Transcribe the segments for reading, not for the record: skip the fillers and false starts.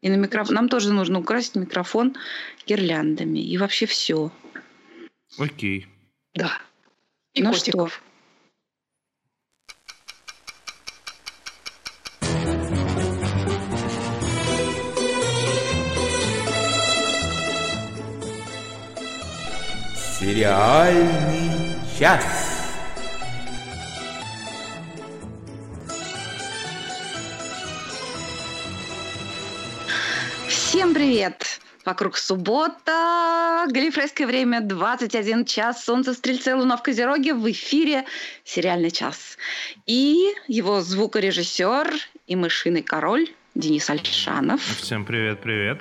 И на микрофон. Нам тоже нужно украсить микрофон гирляндами. И вообще все. Окей. Да. И ну котиков. Что? Сериальный час. Всем привет! Вокруг суббота, галифрейское время, 21 час, солнце, стрельце, луна в Козероге, в эфире «Сериальный час». И его звукорежиссер и мышиный король Денис Альшанов. Всем привет.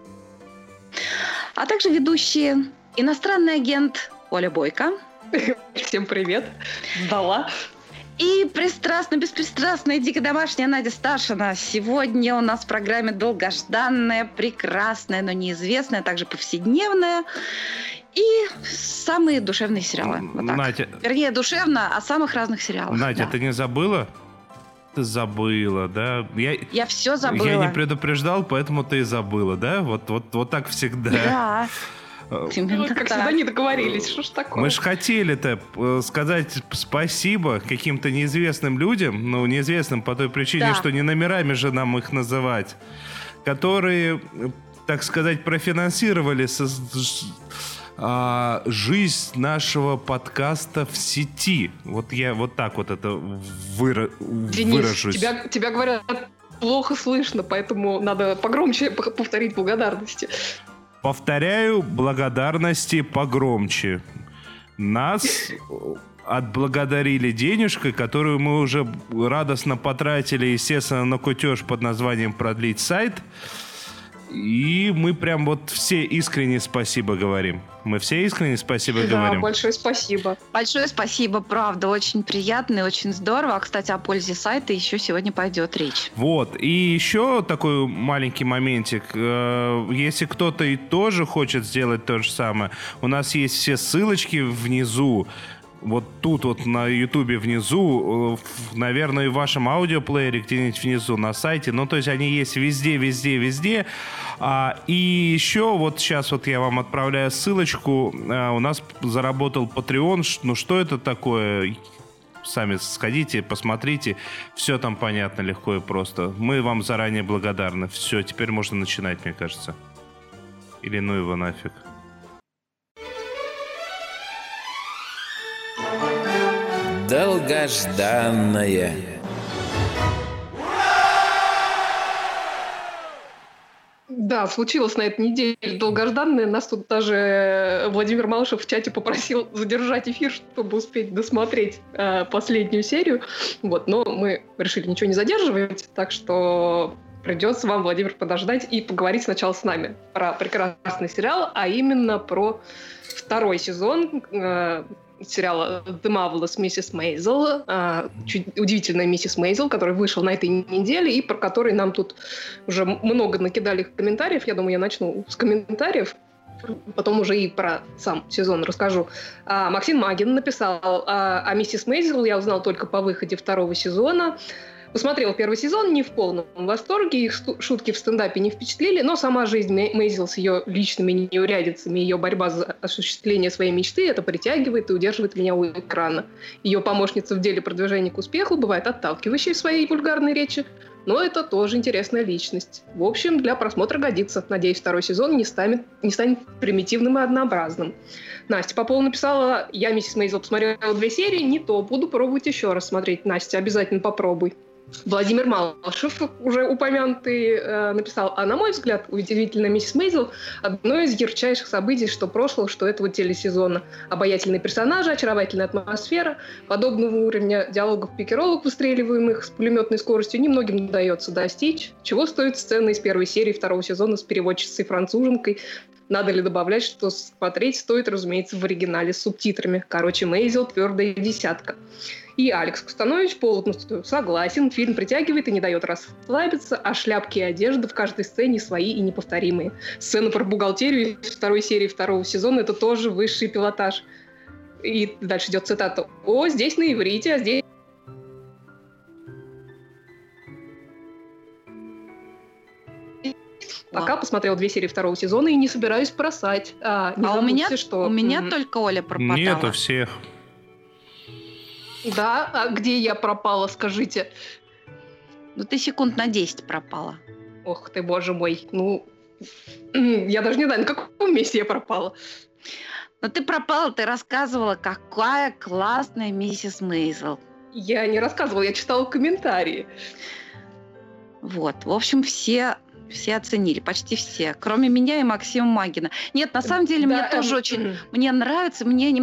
А также ведущие иностранный агент Оля Бойко. Всем привет. Сдала. И беспристрастная, дико домашняя Надя Сташина. Сегодня у нас в программе долгожданная, прекрасная, но неизвестная, также повседневная и самые душевные сериалы. Вот так. Надя... Вернее, душевно о самых разных сериалах. Надя, да. Ты не забыла? Ты забыла, да? Я все забыла. Я не предупреждал, поэтому ты и забыла, да? Вот так всегда. Да. Как всегда не договорились, что ж такое? Мы ж хотели-то сказать спасибо каким-то неизвестным людям, ну, неизвестным по той причине, что не номерами же нам их называть, которые, так сказать, профинансировали жизнь нашего подкаста в сети. Вот я вот так вот это выражусь. Денис, тебя говорят, плохо слышно, поэтому надо погромче повторить благодарности. Повторяю, благодарности погромче. Нас отблагодарили денежкой, которую мы уже радостно потратили, естественно, на кутеж под названием «Продлить сайт». И мы прям вот все искренне спасибо говорим. Мы все искренне спасибо говорим. Да, большое спасибо. Большое спасибо, правда, очень приятно и очень здорово. А, кстати, о пользе сайта еще сегодня пойдет речь. Вот, и еще такой маленький моментик. Если кто-то и тоже хочет сделать то же самое, у нас есть все ссылочки внизу. Вот тут вот на Ютубе внизу, наверное, и в вашем аудиоплеере где-нибудь внизу на сайте. Ну, то есть они есть везде. И еще вот сейчас вот я вам отправляю ссылочку. У нас заработал Patreon. Ну, что это такое? Сами сходите, посмотрите. Все там понятно, легко и просто. Мы вам заранее благодарны. Все, теперь можно начинать, мне кажется. Или ну его нафиг. Долгожданное. Да, случилось на этой неделе долгожданное. Нас тут даже Владимир Малышев в чате попросил задержать эфир, чтобы успеть досмотреть последнюю серию. Вот, но мы решили ничего не задерживать, так что придется вам, Владимир, подождать и поговорить сначала с нами про прекрасный сериал, а именно про второй сезон сериала The Marvelous Mrs. Maisel, удивительная миссис Мейзел, который вышел на этой неделе и про который нам тут уже много накидали комментариев. Я думаю, я начну с комментариев, потом уже и про сам сезон расскажу. Максим Магин написал: о миссис Мейзел я узнал только по выходе второго сезона. Посмотрел первый сезон, не в полном восторге, их шутки в стендапе не впечатлили, но сама жизнь Мейзел с ее личными неурядицами, ее борьба за осуществление своей мечты, это притягивает и удерживает меня у экрана. Ее помощница в деле продвижения к успеху бывает отталкивающей в своей вульгарной речи, но это тоже интересная личность. В общем, для просмотра годится. Надеюсь, второй сезон не станет примитивным и однообразным. Настя Попова написала: я миссис Мейзел посмотрела 2 серии, не то, буду пробовать еще раз смотреть. Настя, обязательно попробуй. Владимир Малышев, уже упомянутый, написал: а на мой взгляд, удивительная миссис Мейзел одно из ярчайших событий, что прошлого, что этого телесезона. Обаятельные персонажи, очаровательная атмосфера, подобного уровня диалогов-пикировок, выстреливаемых с пулеметной скоростью, немногим удается достичь. Чего стоит сцена из первой серии второго сезона с переводчицей-француженкой. Надо ли добавлять, что смотреть стоит, разумеется, в оригинале с субтитрами. Короче, Мейзел твердая 10. И Алекс Кустанович полностью согласен. Фильм притягивает и не дает расслабиться, а шляпки и одежда в каждой сцене свои и неповторимые. Сцена про бухгалтерию из второй серии второго сезона — это тоже высший пилотаж. И дальше идет цитата: «О, здесь на иврите, а здесь...» Пока посмотрел 2 серии 2 сезона и не собираюсь бросать. Не у забудьте, что... меня только Оля пропадала. Нет, у всех. Да, а где я пропала, скажите? Ну, ты секунд на 10 пропала. Ох ты, боже мой. Ну, я даже не знаю, на каком месте я пропала. Но ты пропала, ты рассказывала, какая классная миссис Мейзел. Я не рассказывала, я читала комментарии. Вот, в общем, все оценили, почти все, кроме меня и Максима Магина. Нет, на самом деле, мне тоже очень... Мне нравится,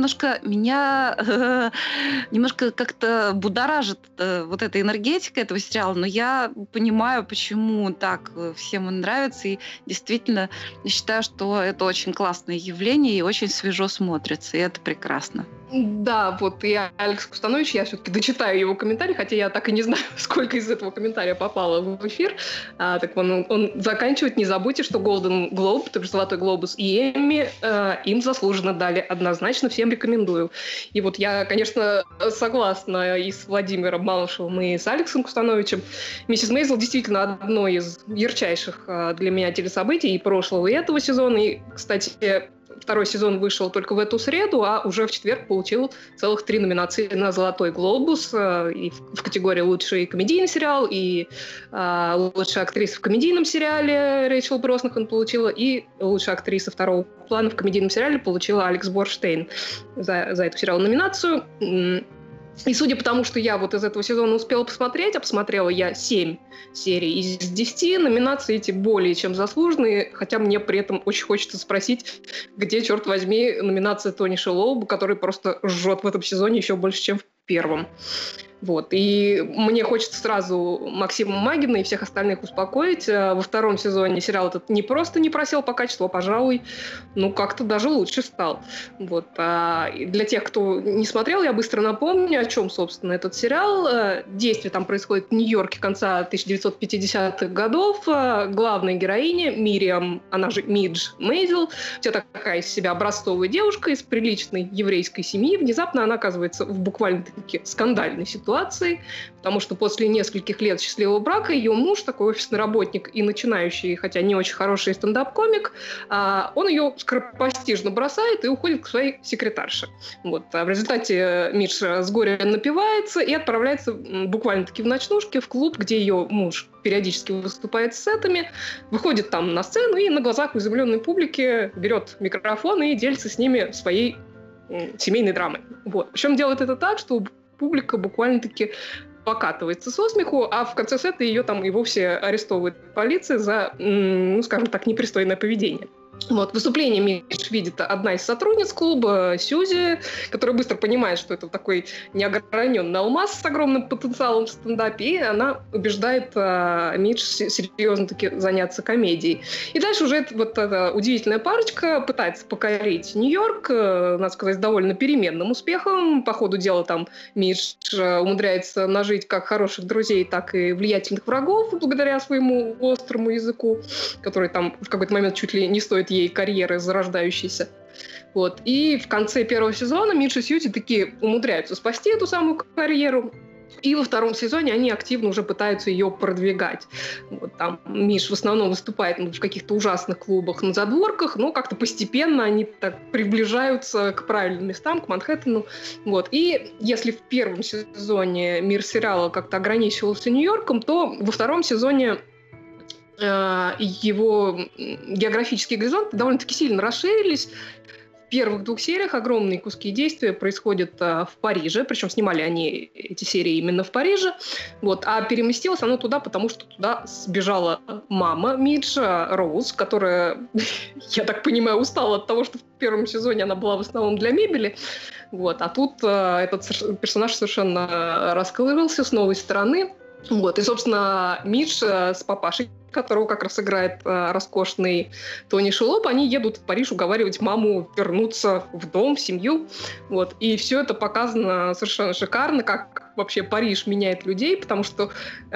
меня немножко как-то будоражит вот эта энергетика этого сериала, но я понимаю, почему так всем он нравится, и действительно считаю, что это очень классное явление и очень свежо смотрится, и это прекрасно. Да, вот и Алекс Кустанович, я все-таки дочитаю его комментарий, хотя я так и не знаю, сколько из этого комментария попало в эфир. Так он заканчивает: не забудьте, что Golden Globe, то есть Золотой глобус и Эмми им заслуженно дали. Однозначно всем рекомендую. И вот я, конечно, согласна и с Владимиром Малышевым, и с Алексом Кустановичем. «Миссис Мейзел» действительно одно из ярчайших для меня телесобытий и прошлого, и этого сезона. И, кстати, 2 сезон вышел только в эту среду, а уже в четверг получил целых 3 номинации на «Золотой глобус». И в категории «Лучший комедийный сериал», и «Лучшая актриса в комедийном сериале» Рэйчел Броснахан получила, и «Лучшая актриса второго плана в комедийном сериале» получила Алекс Борштейн за эту сериал номинацию. И судя по тому, что я вот из этого сезона успела посмотреть, а посмотрела я 7 серий из 10, номинации эти более чем заслуженные, хотя мне при этом очень хочется спросить, где, черт возьми, номинация Тони Шилоуба, который просто жжет в этом сезоне еще больше, чем в первом. Вот. И мне хочется сразу Максима Магина и всех остальных успокоить. Во 2 сезоне сериал этот не просто не просел по качеству, а, пожалуй, как-то даже лучше стал. Вот. Для тех, кто не смотрел, я быстро напомню, о чем, собственно, этот сериал. Действие там происходит в Нью-Йорке конца 1950-х годов. Главная героиня Мириам, она же Мидж Мейзел, вся такая из себя образцовая девушка из приличной еврейской семьи. Внезапно она оказывается в буквально-таки скандальной ситуации, потому что после нескольких лет счастливого брака ее муж, такой офисный работник и начинающий, хотя не очень хороший стендап-комик, он ее скоропостижно бросает и уходит к своей секретарше. Вот. В результате Мидж с горя напивается и отправляется буквально-таки в ночнушке в клуб, где ее муж периодически выступает с сетами, выходит там на сцену и на глазах у изумленной публики берет микрофон и делится с ними своей семейной драмой. Вот. Причем делает это так, что публика буквально-таки покатывается со смеху, а в конце сета ее там и вовсе арестовывает полиция за, скажем так, непристойное поведение. Вот, выступление Мидж видит одна из сотрудниц клуба, Сьюзи, которая быстро понимает, что это такой неограненный алмаз с огромным потенциалом в стендапе, и она убеждает Мидж серьезно-таки заняться комедией. И дальше уже вот эта удивительная парочка пытается покорить Нью-Йорк, надо сказать, с довольно переменным успехом. По ходу дела там Мидж умудряется нажить как хороших друзей, так и влиятельных врагов благодаря своему острому языку, который там в какой-то момент чуть ли не стоит ей карьеры зарождающейся. Вот. И в конце 1 сезона Мидж и Сьюзи таки умудряются спасти эту самую карьеру. И во 2 сезоне они активно уже пытаются ее продвигать. Вот, там Мидж в основном выступает в каких-то ужасных клубах на задворках, но как-то постепенно они так приближаются к правильным местам, к Манхэттену. Вот. И если в 1 сезоне мир сериала как-то ограничивался Нью-Йорком, то во 2 сезоне его географические горизонты довольно-таки сильно расширились. В первых 2 сериях огромные куски действия происходят в Париже, причем снимали они эти серии именно в Париже. Вот. А переместилось оно туда, потому что туда сбежала мама Миджа, Роуз, которая, я так понимаю, устала от того, что в 1 сезоне она была в основном для мебели. Вот. А тут этот персонаж совершенно раскрылся с новой стороны. Вот. И, собственно, Мидж с папашей, которого как раз играет роскошный Тони Шилоуб, они едут в Париж уговаривать маму вернуться в дом, в семью. Вот. И все это показано совершенно шикарно, как вообще Париж меняет людей, потому что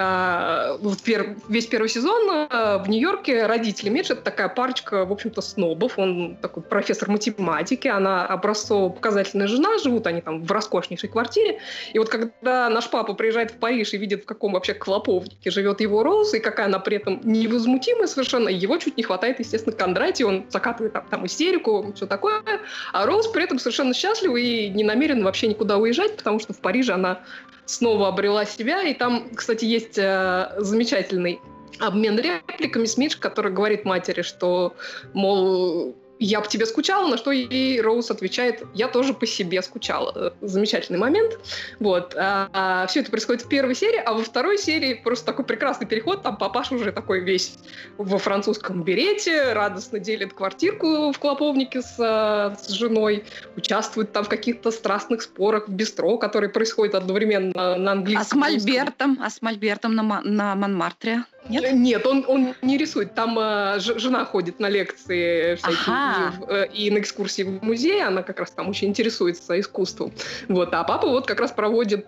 весь первый сезон в Нью-Йорке родители Мидж — это такая парочка, в общем-то, снобов. Он такой профессор математики, она образцово-показательная жена, живут они там в роскошнейшей квартире. И вот когда наш папа приезжает в Париж и видит, в каком вообще клоповнике живет его Роуз, и какая она при этом невозмутимая совершенно, его чуть не хватает, естественно, Кондратий, он закатывает там истерику, все такое. А Роуз при этом совершенно счастлива и не намерена вообще никуда уезжать, потому что в Париже она снова обрела себя. И там, кстати, есть замечательный обмен репликами с Мидж, который говорит матери, что, мол, я по тебе скучала, на что ей Роуз отвечает: я тоже по себе скучала. Замечательный момент. Вот. Все это происходит в первой серии, а во второй серии просто такой прекрасный переход. Там папаша уже такой весь во французском берете, радостно делит квартирку в клоповнике с женой, участвует там в каких-то страстных спорах в бистро, которые происходят одновременно на английском. А с Мольбертом на Монмартре? Нет? Нет, он не рисует. Там жена ходит на лекции всякие и на экскурсии в музей. Она как раз там очень интересуется искусством. Вот. А папа вот как раз проводит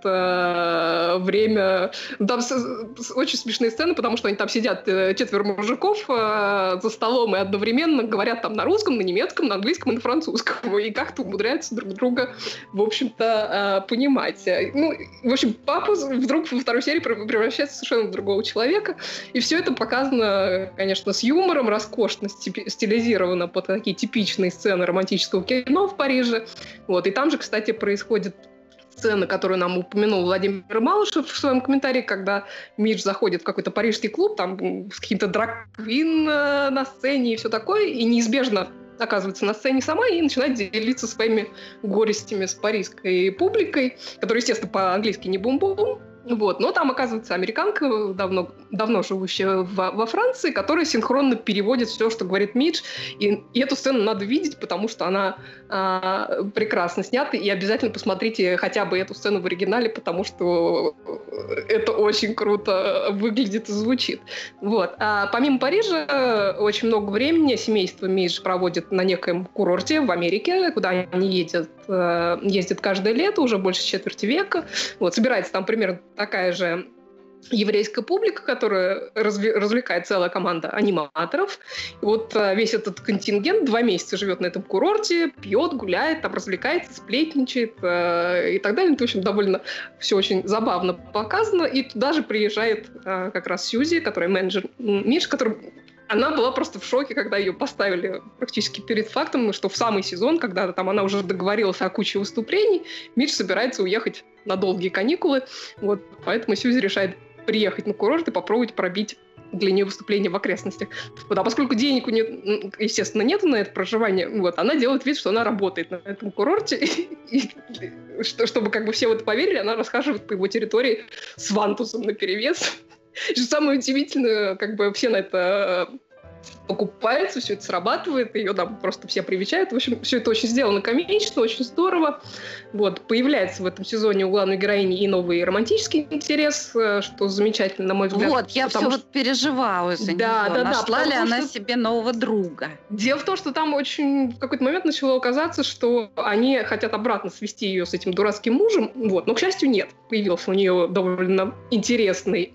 время... Там очень смешные сцены, потому что они там сидят 4 мужиков за столом и одновременно говорят там на русском, на немецком, на английском и на французском. И как-то умудряются друг друга, в общем-то, понимать. Ну, в общем, папа вдруг во второй серии превращается совершенно в другого человека. И все это показано, конечно, с юмором, роскошно стилизировано под такие типичные сцены романтического кино в Париже. Вот. И там же, кстати, происходит сцена, которую нам упомянул Владимир Малышев в своем комментарии, когда Мидж заходит в какой-то парижский клуб, там с каким-то драг-квин на сцене и все такое, и неизбежно оказывается на сцене сама и начинает делиться своими горестями с парижской публикой, которая, естественно, по-английски не бум-бум. Вот. Но там, оказывается, американка, давно живущая во Франции, которая синхронно переводит все, что говорит Мидж. И эту сцену надо видеть, потому что она прекрасно снята. И обязательно посмотрите хотя бы эту сцену в оригинале, потому что это очень круто выглядит и звучит. Вот. А помимо Парижа, очень много времени семейство Мидж проводит на некоем курорте в Америке, куда они ездят каждое лето, уже больше четверти века. Вот. Собирается там примерно такая же еврейская публика, которая развлекает целая команда аниматоров. И вот весь этот контингент 2 месяца живет на этом курорте, пьет, гуляет, там развлекается, сплетничает и так далее. Это, в общем, довольно все очень забавно показано. И туда же приезжает как раз Сьюзи, которая менеджер Мидж, которая... Она была просто в шоке, когда ее поставили практически перед фактом, что в самый сезон, когда там она уже договорилась о куче выступлений, Мидж собирается уехать на долгие каникулы. Вот, поэтому Сьюзи решает приехать на курорт и попробовать пробить для нее выступление в окрестностях. Вот, а поскольку денег у нее, естественно, нету на это проживание, вот, она делает вид, что она работает на этом курорте, и чтобы как бы все в это поверили, она расхаживает по его территории с вантусом наперевес. Что самое удивительное, как бы все на это покупаются, все это срабатывает, ее там просто все привечают. В общем, все это очень сделано комично, очень здорово. Вот. Появляется в этом сезоне у главной героини и новый романтический интерес, что замечательно, на мой взгляд. Вот, я все вот переживаю за нее. Нашла ли она себе нового друга? Дело в том, что там очень в какой-то момент начало казаться, что они хотят обратно свести ее с этим дурацким мужем. Вот. Но, к счастью, нет. Появился у нее довольно интересный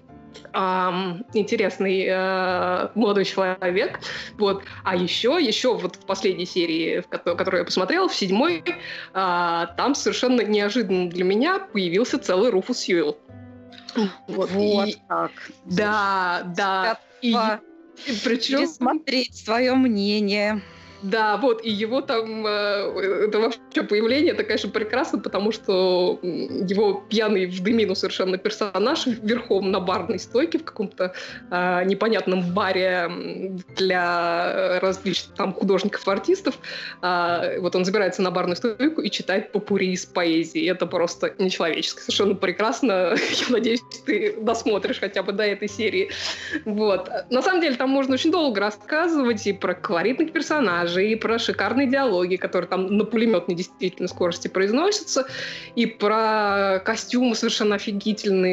молодой человек. Вот. А еще вот в последней серии, которую я посмотрела, в 7-й, там совершенно неожиданно для меня появился целый Руфус Сьюэлл. Вот так. Да. И причем... Пересмотреть свое мнение. Да, вот, и его там, это вообще появление, это, конечно, прекрасно, потому что его пьяный в дымину совершенно персонаж верхом на барной стойке в каком-то непонятном баре для различных там художников, артистов. Вот он забирается на барную стойку и читает попурри из поэзии. Это просто нечеловечески, совершенно прекрасно. Я надеюсь, ты досмотришь хотя бы до этой серии. Вот. На самом деле, там можно очень долго рассказывать и про колоритных персонажей, и про шикарные диалоги, которые там на пулеметной действительно скорости произносятся, и про костюмы совершенно офигительные.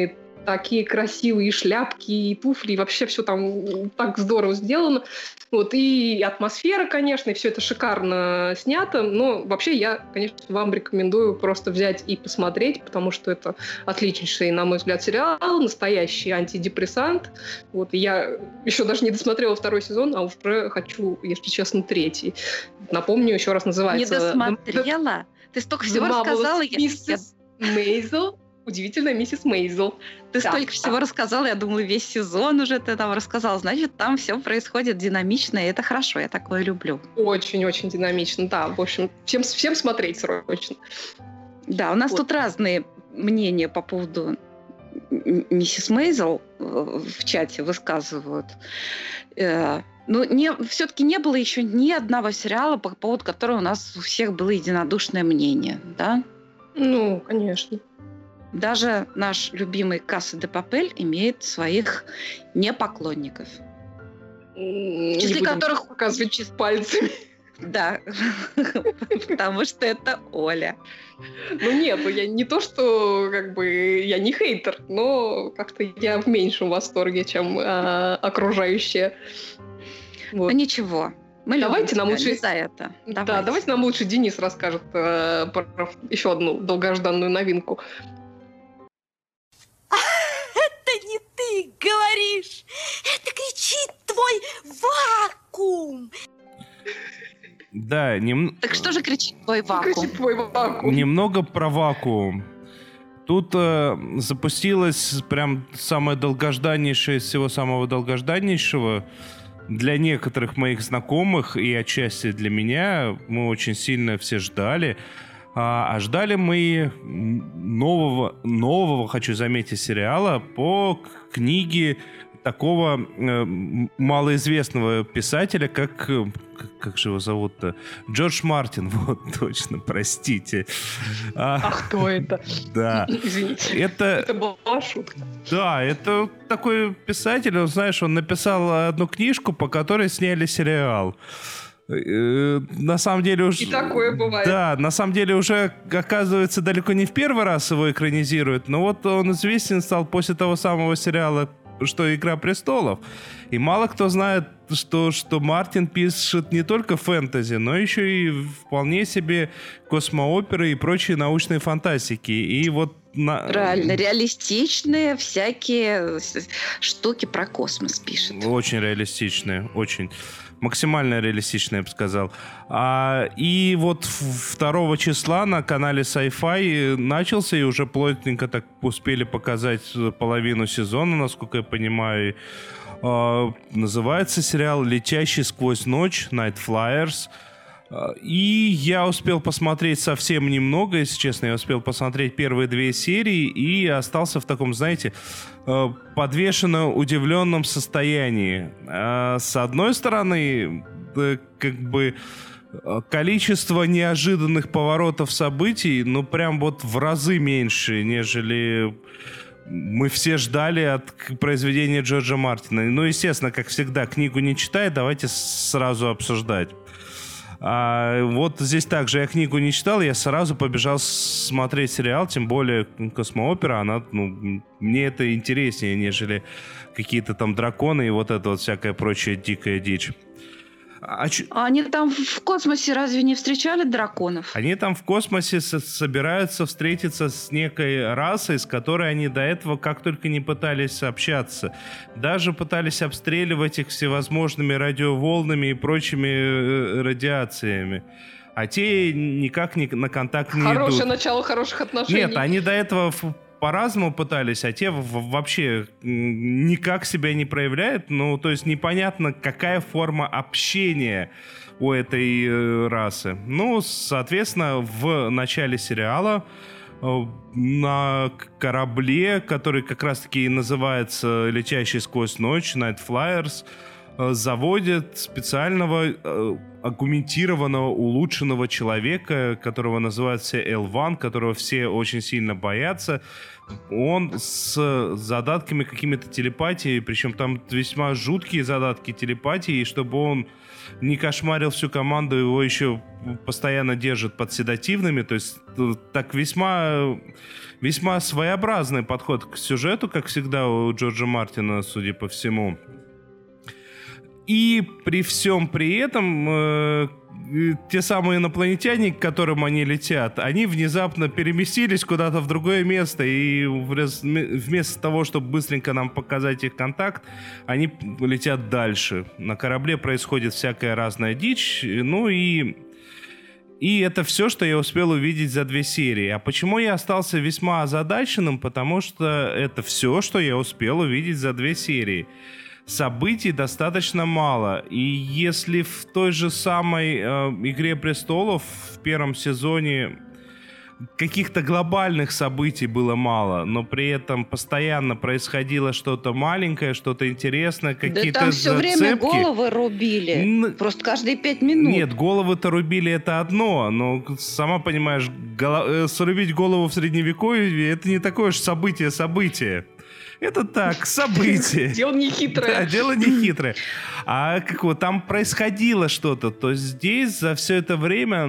такие красивые шляпки и туфли, и вообще все там так здорово сделано. Вот, и атмосфера, конечно, и все это шикарно снято, но вообще я, конечно, вам рекомендую просто взять и посмотреть, потому что это отличнейший, на мой взгляд, сериал, настоящий антидепрессант. Вот, и я еще даже не досмотрела второй сезон, а уже хочу, если честно, третий. Напомню, еще раз называется... Не досмотрела? Ты столько всего рассказала. Миссис Мейзел. Удивительная миссис Мейзел. Ты столько всего рассказала, я думала, весь сезон уже ты там рассказала. Значит, там все происходит динамично, и это хорошо, я такое люблю. Очень-очень динамично, да. В общем, всем смотреть срочно. Да, у нас тут разные мнения по поводу миссис Мейзел в чате высказывают. Но все-таки не было еще ни одного сериала, по поводу которого у нас у всех было единодушное мнение, да? Ну, конечно. Даже наш любимый Касса де Папель имеет своих непоклонников. В числе которых показывать пальцами. Да, потому что это Оля. Ну нет, я не то, что как бы я не хейтер, но как-то я в меньшем восторге, чем окружающие. Вот. Ну ничего, мы давайте нам лучше за это. Да, давайте нам лучше Денис расскажет про еще одну долгожданную новинку. Это не ты говоришь, это кричит твой вакуум. Да, Так что же кричит твой вакуум? Кричит твой вакуум. Немного про вакуум. Тут запустилось прям самое долгожданнейшее из всего самого долгожданнейшего. Для некоторых моих знакомых и отчасти для меня мы очень сильно все ждали. А ждали мы нового, хочу заметить, сериала по книге такого малоизвестного писателя, как же его зовут-то? Джордж Мартин, вот точно, простите. Кто это? Да. Извините, это была шутка. Да, это такой писатель, он, знаешь, он написал одну книжку, по которой сняли сериал. На самом деле уже... И такое бывает. Да, на самом деле уже, оказывается, далеко не в первый раз его экранизируют, но вот он известен стал после того самого сериала, что «Игра престолов». И мало кто знает, что Мартин пишет не только фэнтези, но еще и вполне себе космооперы и прочие научные фантастики. И вот Реально, реалистичные всякие штуки про космос пишет. Очень реалистичные, очень. Максимально реалистичные, я бы сказал. И вот 2 числа на канале Sci-Fi начался, и уже плотненько так успели показать половину сезона, насколько я понимаю. Называется сериал «Летящий сквозь ночь», Night Flyers. И я успел посмотреть совсем немного, если честно. Я успел посмотреть первые 2 серии и остался в таком, знаете, подвешенно удивленном состоянии. С одной стороны, как бы количество неожиданных поворотов событий, ну, прям вот в разы меньше, нежели мы все ждали от произведения Джорджа Мартина. Ну, естественно, как всегда, книгу не читая, давайте сразу обсуждать. Вот здесь также я книгу не читал, я сразу побежал смотреть сериал, тем более космоопера, она, мне это интереснее, нежели какие-то там драконы и вот это вот всякая прочая дикая дичь. Они там в космосе разве не встречали драконов? Они там в космосе собираются встретиться с некой расой, с которой они до этого как только не пытались общаться. Даже пытались обстреливать их всевозможными радиоволнами и прочими радиациями. А те никак на контакт не идут. Хорошее начало хороших отношений. Нет, они до этого по-разному пытались, а те вообще никак себя не проявляют. Ну, то есть непонятно, какая форма общения у этой расы. Ну, соответственно, в начале сериала на корабле, который как раз-таки и называется «Летящий сквозь ночь», Night Flyers, заводят специального агументированного, улучшенного человека, которого называют все L1, которого все очень сильно боятся. Он с задатками какими-то телепатии, причем там весьма жуткие задатки телепатии, и чтобы он не кошмарил всю команду, его еще постоянно держат под седативными, то есть так весьма своеобразный подход к сюжету, как всегда у Джорджа Мартина, судя по всему. И при всем при этом те самые инопланетяне, к которым они летят, они внезапно переместились куда-то в другое место, и вместо того, чтобы быстренько нам показать их контакт, они летят дальше. На корабле происходит всякая разная дичь, ну и это все, что я успел увидеть за 2 серии. А почему я остался весьма озадаченным? Потому что это все, что я успел увидеть за 2 серии. Событий достаточно мало. И если в той же самой «Игре престолов» в первом сезоне каких-то глобальных событий было мало, но при этом постоянно происходило что-то маленькое, что-то интересное, какие-то да там все зацепки. время головы рубили. Просто каждые 5 минут. Нет, головы-то рубили, это одно, но сама понимаешь, срубить голову в Средневековье — это не такое уж событие. Это так, событие. Дело не хитрое. Да, дело не хитрое. А как вот там происходило что-то, то здесь за все это время,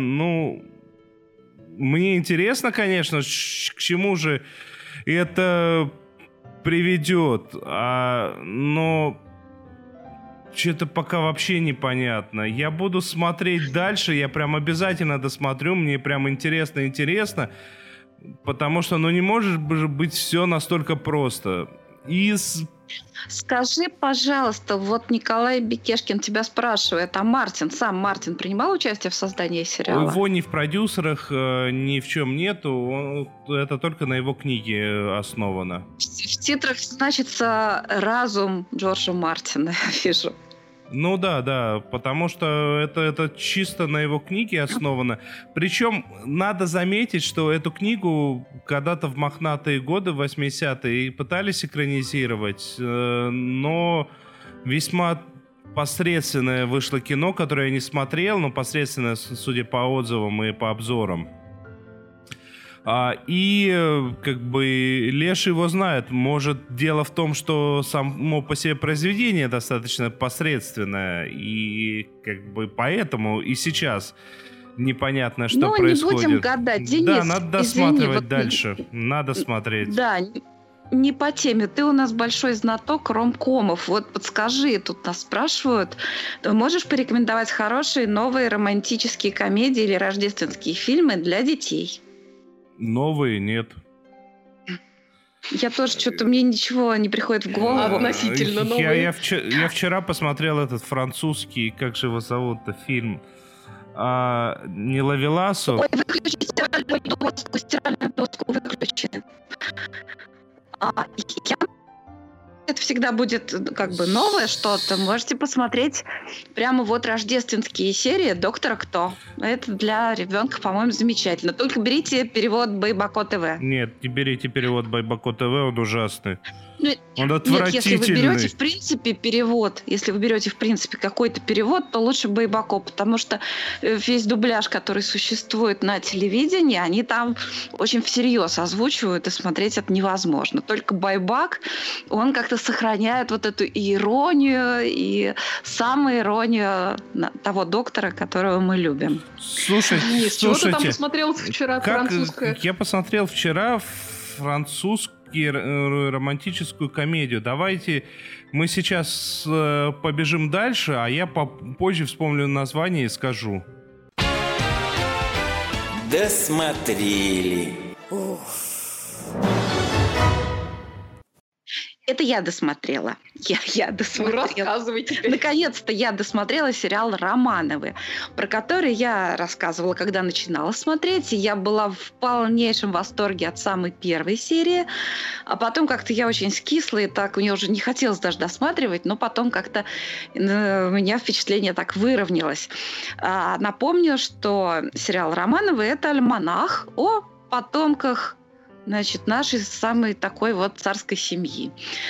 мне интересно, конечно, к чему же это приведет, но что-то пока вообще непонятно. Я буду смотреть дальше, я прям обязательно досмотрю, мне прям интересно, потому что, не может быть все настолько просто. Скажи, пожалуйста, вот Николай Бекешкин тебя спрашивает, а сам Мартин принимал участие в создании сериала? Его ни в продюсерах, ни в чем нету, это только на его книге основано. В титрах значится «Разум» Джорджа Мартина, я вижу. Ну да, потому что это чисто на его книге основано. Причем надо заметить, что эту книгу когда-то в мохнатые годы, в 80-е, пытались экранизировать, но весьма посредственное вышло кино, которое я не смотрел, но посредственное, судя по отзывам и по обзорам. И как бы Леша его знает. Может, дело в том, что само по себе произведение достаточно посредственное, и как бы поэтому и сейчас непонятно, что происходит. Не будем гадать, Денис. Да, надо досматривать дальше. Надо смотреть. Да, не по теме. Ты у нас большой знаток ромкомов. Вот подскажи, тут нас спрашивают, можешь порекомендовать хорошие новые романтические комедии или рождественские фильмы для детей? Новые нет. Я тоже что-то, мне ничего не приходит в голову. Относительно новые. Я вчера посмотрел этот французский, как же его зовут-то, фильм, не Лавеласу. Ой, выключи стиральную доску, выключи. Это всегда будет как бы новое что-то. Можете посмотреть прямо вот рождественские серии «Доктора Кто». Это для ребенка, по-моему, замечательно. Только берите перевод Байбако ТВ. Нет, не берите перевод Байбако ТВ, он ужасный. Он Нет, отвратительный. если вы берете в принципе перевод, какой-то перевод, то лучше Байбако, потому что весь дубляж, который существует на телевидении, они там очень всерьез озвучивают, и смотреть это невозможно. Только Байбак, он как-то сохраняет вот эту иронию и самоиронию того доктора, которого мы любим. Слушайте, что ты там посмотрел вчера французское? Я посмотрел вчера французскую романтическую комедию. Давайте мы сейчас побежим дальше, а я позже вспомню название и скажу. Досмотрели. Это я досмотрела. Я досмотрела. Рассказывай теперь. Наконец-то я досмотрела сериал «Романовы», про который я рассказывала, когда начинала смотреть. И я была в полнейшем восторге от самой первой серии. А потом как-то я очень скисла, и так мне уже не хотелось даже досматривать, но потом как-то у меня впечатление так выровнялось. Напомню, что сериал «Романовы» — это альманах о потомках значит, нашей самой такой вот царской семьи.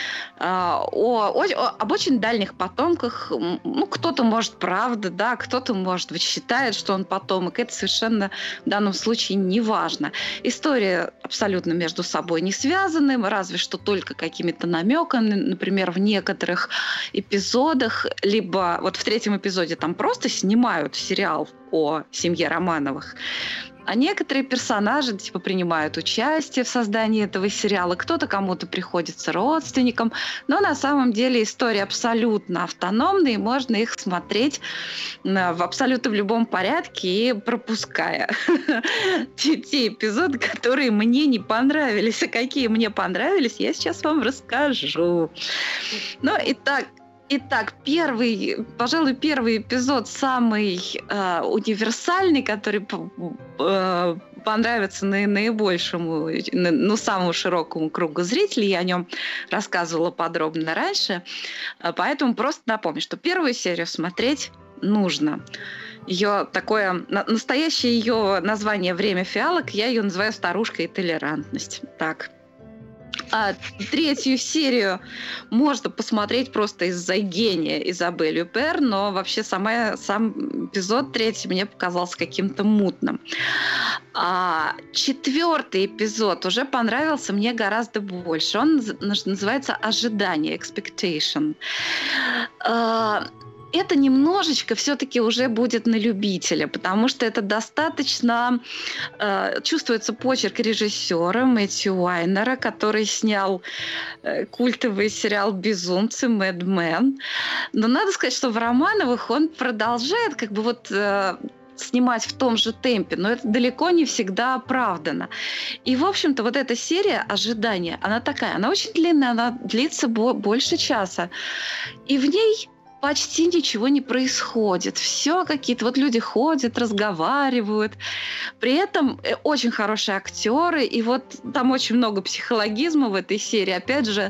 Об очень дальних потомках. Ну, кто-то, может, правда, да, кто-то, может быть, считает, что он потомок. Это совершенно в данном случае не важно. История абсолютно между собой не связаны, разве что только какими-то намеками. Например, в некоторых эпизодах, либо вот в 3-м эпизоде там просто снимают сериал о семье Романовых, а некоторые персонажи типа принимают участие в создании этого сериала. Кто-то кому-то приходится родственником. Но на самом деле история абсолютно автономная, и можно их смотреть в абсолютно в любом порядке и пропуская те эпизоды, которые мне не понравились. А какие мне понравились, я сейчас вам расскажу. Ну, Итак, пожалуй, первый эпизод самый универсальный, который понравится наибольшему, самому широкому кругу зрителей. Я о нем рассказывала подробно раньше. Поэтому просто напомню, что первую серию смотреть нужно. Ее такое настоящее ее название «Время фиалок», я ее называю «Старушка и толерантность». Так. А 3-ю серию можно посмотреть просто из-за гения Изабель Юпер, но вообще сам эпизод 3 мне показался каким-то мутным. А 4-й эпизод уже понравился мне гораздо больше. Он называется «Ожидание», «Expectation». Это немножечко все-таки уже будет на любителя, потому что это достаточно чувствуется почерк режиссера Мэтью Уайнера, который снял культовый сериал «Безумцы», «Мэд Мэн». Но надо сказать, что в Романовых он продолжает снимать в том же темпе, но это далеко не всегда оправдано. И, в общем-то, вот эта серия «Ожидание», она очень длинная, она длится больше часа. И в ней почти ничего не происходит. Все какие-то... Вот люди ходят, разговаривают. При этом очень хорошие актеры. И вот там очень много психологизма в этой серии. Опять же,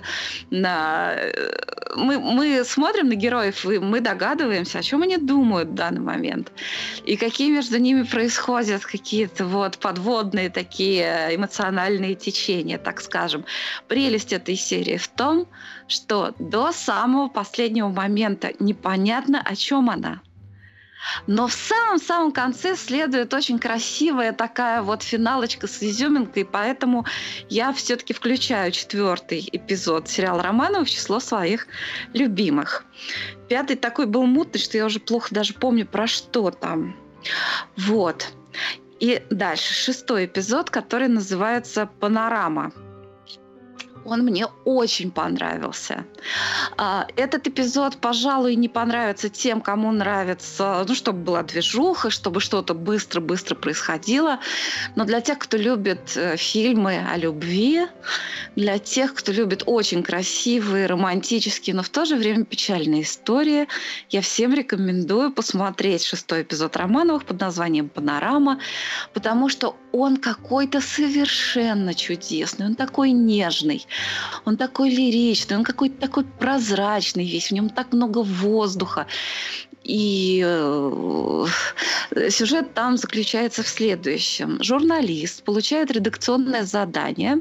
мы смотрим на героев, и мы догадываемся, о чем они думают в данный момент. И какие между ними происходят какие-то вот подводные такие эмоциональные течения, так скажем. Прелесть этой серии в том, что до самого последнего момента непонятно, о чем она. Но в самом-самом конце следует очень красивая такая вот финалочка с изюминкой, поэтому я все-таки включаю 4-й эпизод сериала «Романовы» в число своих любимых. 5-й такой был мутный, что я уже плохо даже помню, про что там. Вот. И дальше 6-й эпизод, который называется «Панорама». Он мне очень понравился. Этот эпизод, пожалуй, не понравится тем, кому нравится, чтобы была движуха, чтобы что-то быстро-быстро происходило. Но для тех, кто любит фильмы о любви, для тех, кто любит очень красивые, романтические, но в то же время печальные истории, я всем рекомендую посмотреть 6-й эпизод Романовых под названием «Панорама», потому что он какой-то совершенно чудесный, он такой нежный. Он такой лиричный, он какой-то такой прозрачный весь, в нем так много воздуха. И сюжет там заключается в следующем. Журналист получает редакционное задание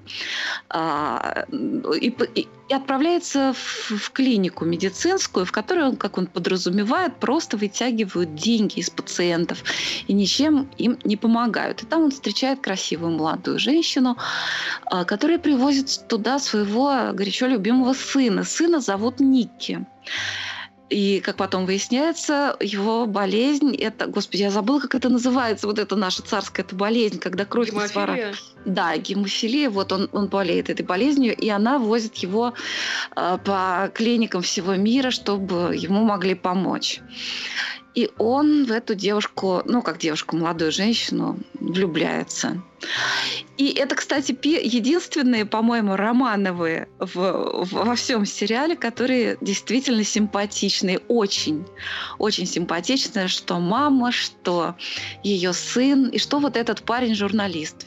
и отправляется в клинику медицинскую, в которой он, как он подразумевает, просто вытягивают деньги из пациентов и ничем им не помогают. И там он встречает красивую молодую женщину, которая привозит туда своего горячо любимого сына. Сына зовут Никки. И, как потом выясняется, его болезнь, это, господи, я забыла, как это называется, вот это наша царская эта болезнь, когда кровь не свара. Да, гемофилия, вот он болеет этой болезнью, и она возит его по клиникам всего мира, чтобы ему могли помочь. И он в эту девушку, как девушку, молодую женщину, влюбляется. И это, кстати, единственные, по-моему, Романовы во всем сериале, которые действительно симпатичные. Очень, очень симпатичные, что мама, что ее сын, и что вот этот парень-журналист.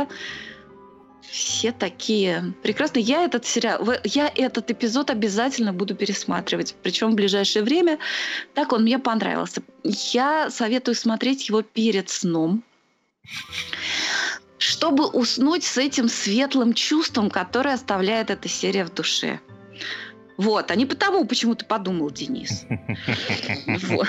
Все такие прекрасные. Я этот эпизод обязательно буду пересматривать. Причем в ближайшее время. Так он мне понравился. Я советую смотреть его перед сном. чтобы уснуть с этим светлым чувством, которое оставляет эта серия в душе. Вот, а не потому, почему ты подумал, Денис. Вот.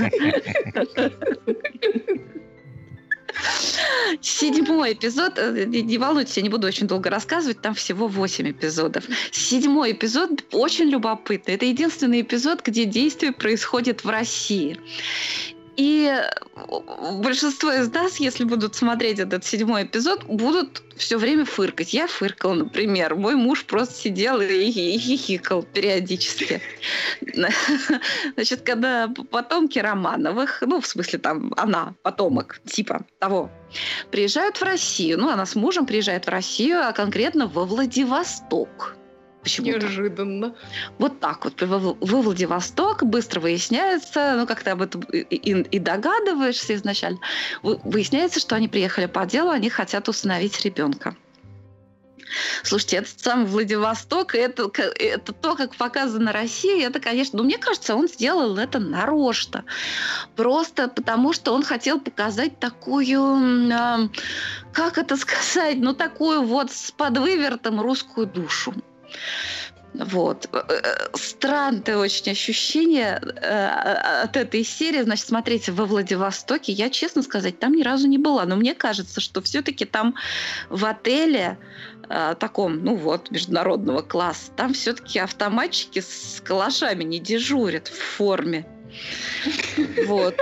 7-й эпизод, не волнуйтесь, я не буду очень долго рассказывать, там всего 8 эпизодов. 7-й эпизод очень любопытный. Это единственный эпизод, где действие происходит в России. И большинство из нас, если будут смотреть этот 7-й эпизод, будут все время фыркать. Я фыркала, например. Мой муж просто сидел и хихикал периодически. Значит, когда потомки Романовых, ну, в смысле, там, она, потомок, типа того, приезжают в Россию. Ну, она с мужем приезжает в Россию, а конкретно во Владивосток. Почему-то. Неожиданно. Вот так вот. Во Владивосток быстро выясняется, ну, как ты об этом и догадываешься изначально, выясняется, что они приехали по делу, они хотят усыновить ребенка. Слушайте, этот самый Владивосток, это то, как показана Россия, это, конечно, ну, мне кажется, он сделал это нарочно. Просто потому, что он хотел показать такую, как это сказать, ну, такую вот с подвывертом русскую душу. Вот. Странное очень ощущение от этой серии. Значит, смотрите, во Владивостоке, я, честно сказать, там ни разу не была, но мне кажется, что все-таки там в отеле таком, ну вот, международного класса, там все-таки автоматчики с калашами не дежурят в форме. Вот.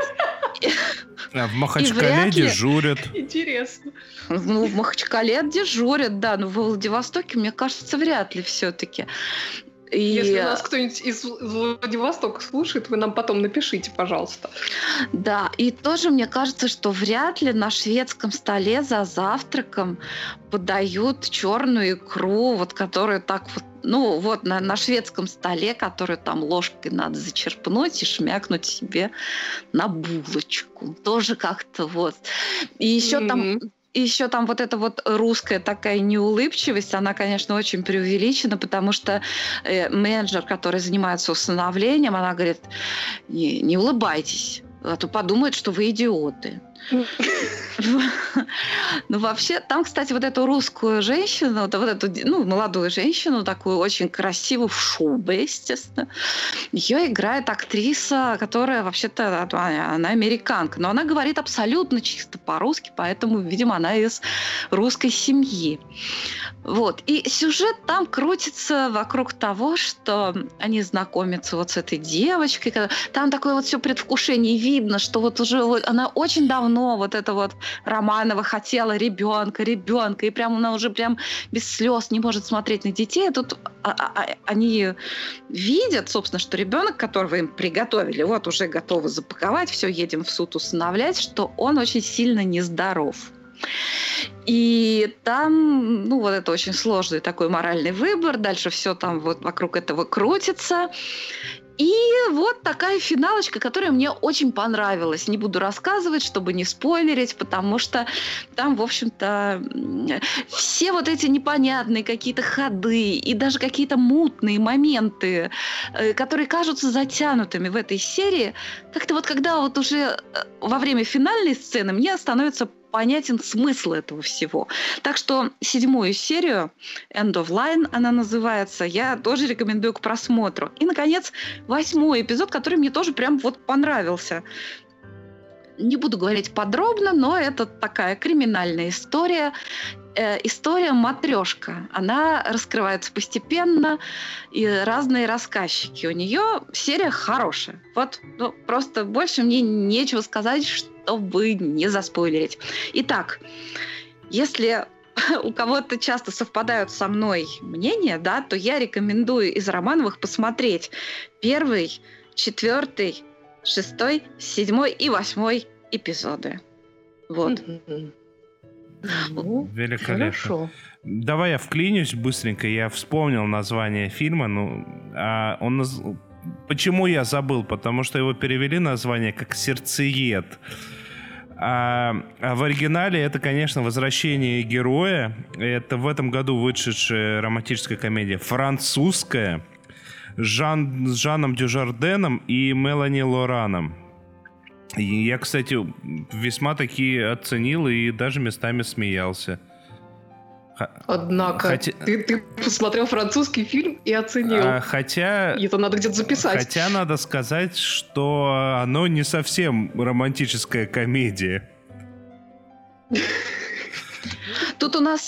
А в Махачкале дежурят. Интересно. Ну, в Махачкале дежурят, да, но во Владивостоке, мне кажется, вряд ли все-таки. Если нас кто-нибудь из Владивостока слушает, вы нам потом напишите, пожалуйста. Да, и тоже мне кажется, что вряд ли на шведском столе за завтраком подают черную икру, вот которую так вот, ну вот на шведском столе, которую там ложкой надо зачерпнуть и шмякнуть себе на булочку. Тоже как-то вот. И еще там... И еще там вот эта вот русская такая неулыбчивость, она, конечно, очень преувеличена, потому что менеджер, который занимается усыновлением, она говорит, не улыбайтесь, а то подумают, что вы идиоты. Ну, вообще, там, кстати, вот эту русскую женщину, вот эту, ну, молодую женщину, такую очень красивую, в шубе, естественно, ее играет актриса, которая, вообще-то, она американка, но она говорит абсолютно чисто по-русски, поэтому, видимо, она из русской семьи. Вот. И сюжет там крутится вокруг того, что они знакомятся вот с этой девочкой. Там такое вот все предвкушение. Видно, что вот уже вот она очень давно вот это вот Романова хотела ребенка, и прям она уже прям без слез не может смотреть на детей. А тут они видят, собственно, что ребенок, которого им приготовили, вот уже готовы запаковать, все, едем в суд усыновлять, что он очень сильно нездоров. И там, ну, вот это очень сложный такой моральный выбор. Дальше все там вот вокруг этого крутится. И вот такая финалочка, которая мне очень понравилась. Не буду рассказывать, чтобы не спойлерить, потому что там, в общем-то, все вот эти непонятные какие-то ходы и даже какие-то мутные моменты, которые кажутся затянутыми в этой серии, как-то вот когда вот уже во время финальной сцены мне становится понятен смысл этого всего. Так что 7-ю серию, End of Line она называется, я тоже рекомендую к просмотру. И, наконец, 8-й эпизод, который мне тоже прям вот понравился. Не буду говорить подробно, но это такая криминальная история. История «Матрешка». Она раскрывается постепенно, и разные рассказчики. У нее серия хорошая. Вот, ну, просто больше мне нечего сказать, чтобы не заспойлерить. Итак, если у кого-то часто совпадают со мной мнения, да, то я рекомендую из Романовых посмотреть 1, 4, 6, 7 и 8 эпизоды. Вот. Великолепно. Хорошо. Давай я вклинюсь быстренько. Я вспомнил название фильма. Почему я забыл? Потому что его перевели название как «Сердцеед». А в оригинале это, конечно, «Возвращение героя». Это в этом году вышедшая романтическая комедия французская с Жаном Дюжарденом и Мелани Лораном. И я, кстати, весьма таки оценил и даже местами смеялся. Однако, ты посмотрел французский фильм и оценил. Хотя... Это надо где-то записать. Хотя надо сказать, что оно не совсем романтическая комедия. Тут у нас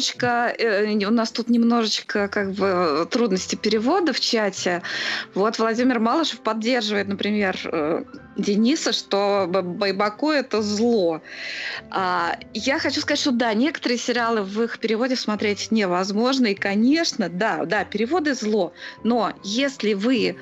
немножечко как бы трудности перевода в чате. Вот Владимир Малышев поддерживает, например, Дениса, что Байбаку — это зло. Я хочу сказать, что да, некоторые сериалы в их переводе смотреть невозможно. И, конечно, да, переводы зло. Но если вы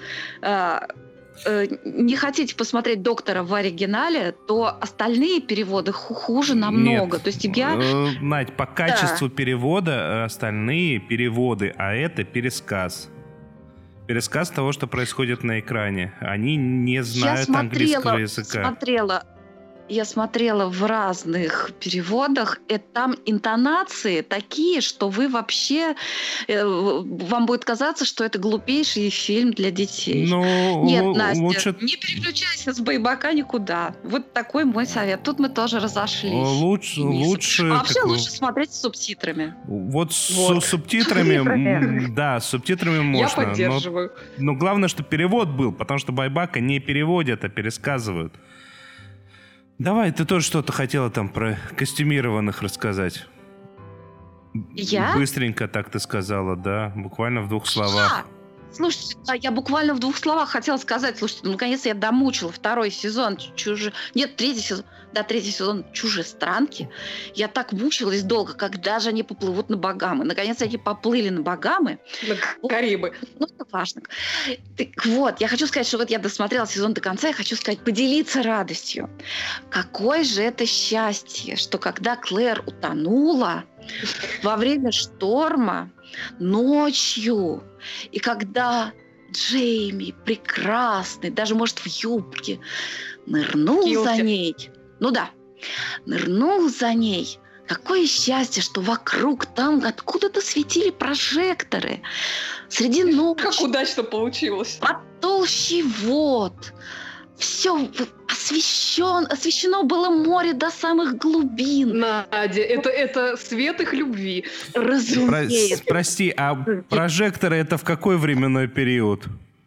не хотите посмотреть «Доктора» в оригинале, то остальные переводы хуже намного. Нет, то есть я... Надь, по качеству перевода остальные переводы, а это пересказ. Пересказ того, что происходит на экране. Они не знают английского языка. Я смотрела в разных переводах, и там интонации такие, что вы вообще... вам будет казаться, что это глупейший фильм для детей. Нет, Настя, лучше... не переключайся с Байбака никуда. Вот такой мой совет. Тут мы тоже разошлись. Лучше вообще лучше смотреть с субтитрами. Вот. С субтитрами, да, с субтитрами можно. Я поддерживаю. Но главное, что перевод был, потому что Байбака не переводят, а пересказывают. Давай, ты тоже что-то хотела там про костюмированных рассказать. Я? Быстренько так ты сказала, да, буквально в 2 словах. Слушайте, я буквально в 2 словах хотела сказать, слушайте, наконец я домучила 2 сезон Нет, 3 сезон. Да, 3 сезон «Чужестранки». Я так мучилась долго, когда же они поплывут на Багамы. Наконец они поплыли на Багамы. На Карибы. Это важно. Так вот, я хочу сказать, что вот я досмотрела сезон до конца, я хочу сказать, поделиться радостью. Какое же это счастье, что когда Клэр утонула во время шторма, ночью, и когда Джейми прекрасный, даже, может, в юбке, нырнул за ней. Нырнул за ней. Какое счастье, что вокруг там откуда-то светили прожекторы. Среди ночи. Как удачно получилось. Под толщей вод. Все освещено было море до самых глубин. Надя, это свет их любви. Разумеется. Прости, а прожекторы это в какой временной период?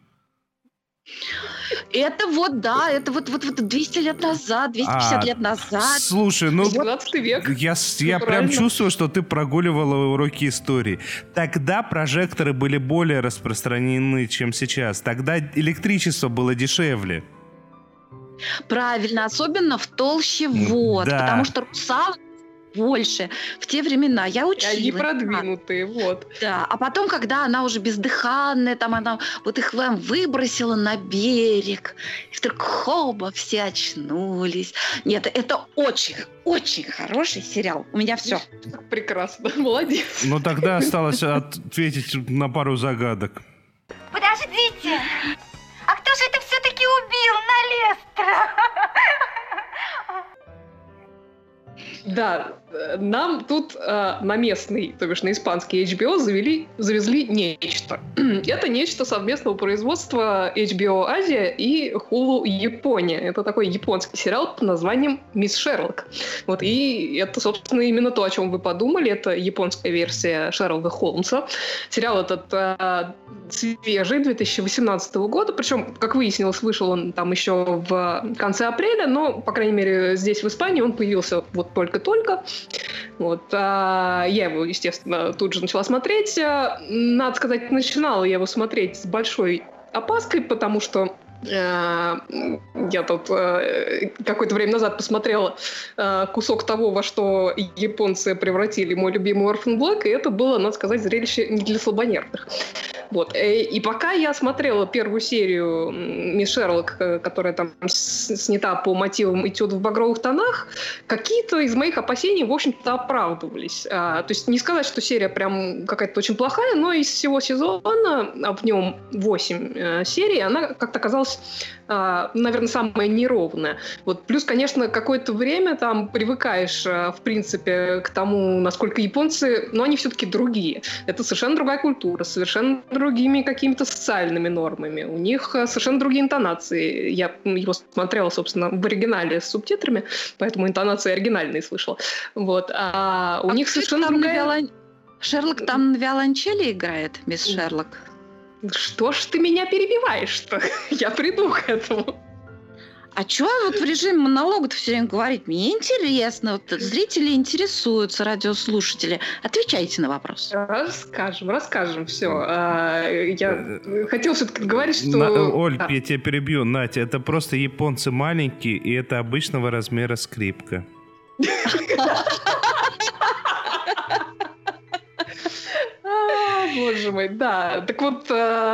Это вот 200 лет назад, 250 лет назад. Слушай, 17 век. Я прям чувствую, что ты прогуливала уроки истории. Тогда прожекторы были более распространены, чем сейчас. Тогда электричество было дешевле. Правильно, особенно в толще вод, да. Потому что русалок больше. В те времена я училась. Они продвинутые, вот. Да, а потом, когда она уже бездыханная, там она вот их вам выбросила на берег, и вдруг хоба, все очнулись. Нет, это очень, очень хороший сериал. У меня все. Прекрасно, молодец. Ну тогда осталось ответить на пару загадок. Подождите! А кто же это все-таки убил Налестра? Да, нам тут на местный, то бишь на испанский HBO завезли нечто. Это нечто совместного производства HBO Азия и Hulu Япония. Это такой японский сериал под названием «Мисс Шерлок». Вот, и это, собственно, именно то, о чем вы подумали. Это японская версия Шерлока Холмса. Сериал этот свежий, 2018 года. Причем, как выяснилось, вышел он там еще в конце апреля, но, по крайней мере, здесь, в Испании, он появился вот только-только. Вот. Я его, естественно, тут же начала смотреть. Надо сказать, начинала я его смотреть с большой опаской, потому что я тут какое-то время назад посмотрела кусок того, во что японцы превратили мой любимый Orphan Black, и это было, надо сказать, зрелище не для слабонервных. Вот. И пока я смотрела первую серию «Мисс Шерлок», которая там снята по мотивам «Этюда в багровых тонах», какие-то из моих опасений, в общем-то, оправдывались. То есть не сказать, что серия прям какая-то очень плохая, но из всего сезона, а в нем 8 серий, она как-то казалась, наверное, самая неровная. Вот. Плюс, конечно, какое-то время там привыкаешь, в принципе, к тому, насколько японцы, но они все-таки другие. Это совершенно другая культура, совершенно другими какими-то социальными нормами. У них совершенно другие интонации. Я его смотрела, собственно, в оригинале с субтитрами, поэтому интонации оригинальные слышала. Вот. А у них совершенно другая... Шерлок там на виолончели играет, мисс Шерлок? Что ж ты меня перебиваешь-то? Я приду к этому. А чё вот в режиме монолога-то все время говорить? Мне интересно. Вот зрители интересуются, радиослушатели. Отвечайте на вопрос. Расскажем. Все. Я хотел все-таки говорить, что... Оль, я тебя перебью. Натя, это просто японцы маленькие, и это обычного размера скрипка. Боже мой, да. Так вот,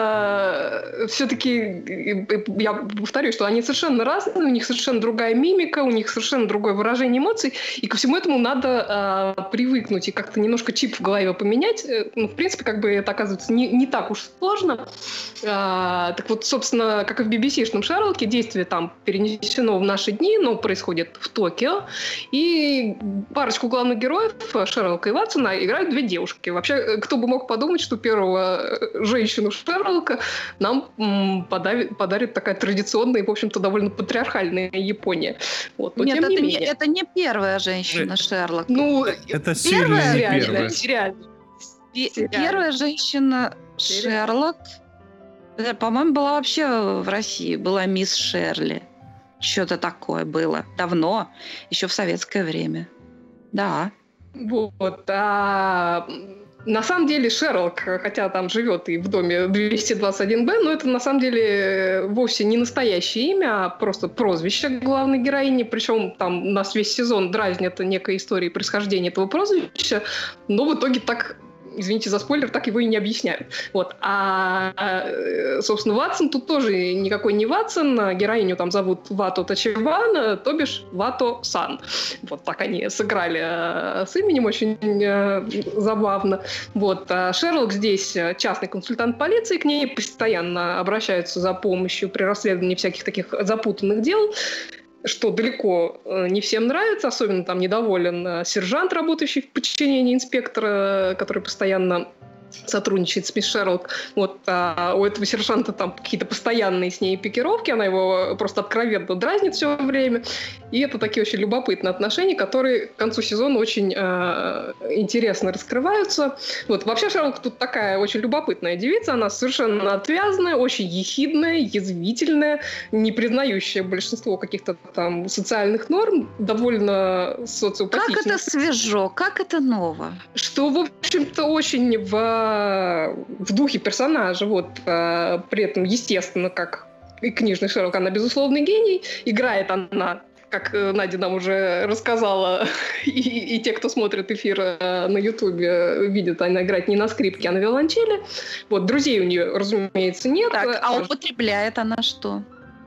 все-таки я повторю, что они совершенно разные, у них совершенно другая мимика, у них совершенно другое выражение эмоций, и ко всему этому надо привыкнуть и как-то немножко чип в голове поменять. Ну, в принципе, как бы это оказывается не так уж сложно. Так вот, собственно, как и в BBC-шном Шерлоке, действие там перенесено в наши дни, но происходит в Токио, и парочку главных героев, Шерлока и Ватсона, играют две девушки. Вообще, кто бы мог подумать, что первого женщину Шерлока нам подарит такая традиционная и, в общем-то, довольно патриархальная Япония. Вот. Но, нет, тем не менее. это не первая женщина Шерлока. Ну, это сильно не первая. Первая женщина Шерлок, по-моему, была вообще в России. Была мисс Шерли. Что-то такое было. Давно. Еще в советское время. Да. Вот. На самом деле Шерлок, хотя там живет и в доме 221-Б, но это на самом деле вовсе не настоящее имя, а просто прозвище главной героини. Причем там нас весь сезон дразнят некой историей происхождения этого прозвища, но в итоге так... Извините за спойлер, так его и не объясняют. Вот. Собственно, Ватсон тут тоже никакой не Ватсон. Героиню там зовут Вато Тачибана, то бишь Вато-сан. Вот так они сыграли с именем, очень забавно. Вот. Шерлок здесь частный консультант полиции, к ней постоянно обращаются за помощью при расследовании всяких таких запутанных дел, что далеко не всем нравится, особенно там недоволен сержант, работающий в подчинении инспектора, который постоянно сотрудничает с мисс Шерлок. Вот, у этого сержанта там какие-то постоянные с ней пикировки, она его просто откровенно дразнит все время. И это такие очень любопытные отношения, которые к концу сезона очень интересно раскрываются. Вот, вообще Шерлок тут такая очень любопытная девица, она совершенно отвязная, очень ехидная, язвительная, не признающая большинство каких-то там социальных норм, довольно социопатичная. Как это свежо, как это ново. Что, в общем-то, очень в духе персонажа. Вот, при этом, естественно, как и книжный Шерлок, она безусловный гений. Играет она, как Надя нам уже рассказала, и те, кто смотрит эфир на Ютубе, видят, она играет не на скрипке, а на виолончели. Вот, друзей у нее, разумеется, нет. Так, а употребляет она что?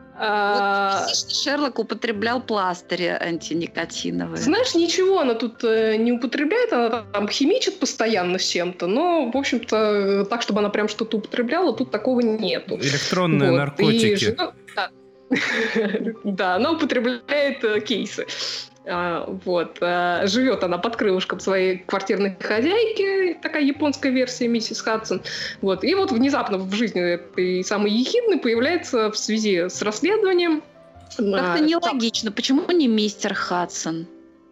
Шерлок употреблял пластыри антиникотиновые. Знаешь, ничего она тут не употребляет, она там химичит постоянно с чем-то, но, в общем-то, так, чтобы она прям что-то употребляла, тут такого нету. Электронные наркотики. Да, она употребляет кейсы. Вот. Живет она под крылышком своей квартирной хозяйки, такая японская версия миссис Хадсон. Вот. И вот внезапно в жизни этой самой ехидной появляется в связи с расследованием... Как-то нелогично. Почему не мистер Хадсон?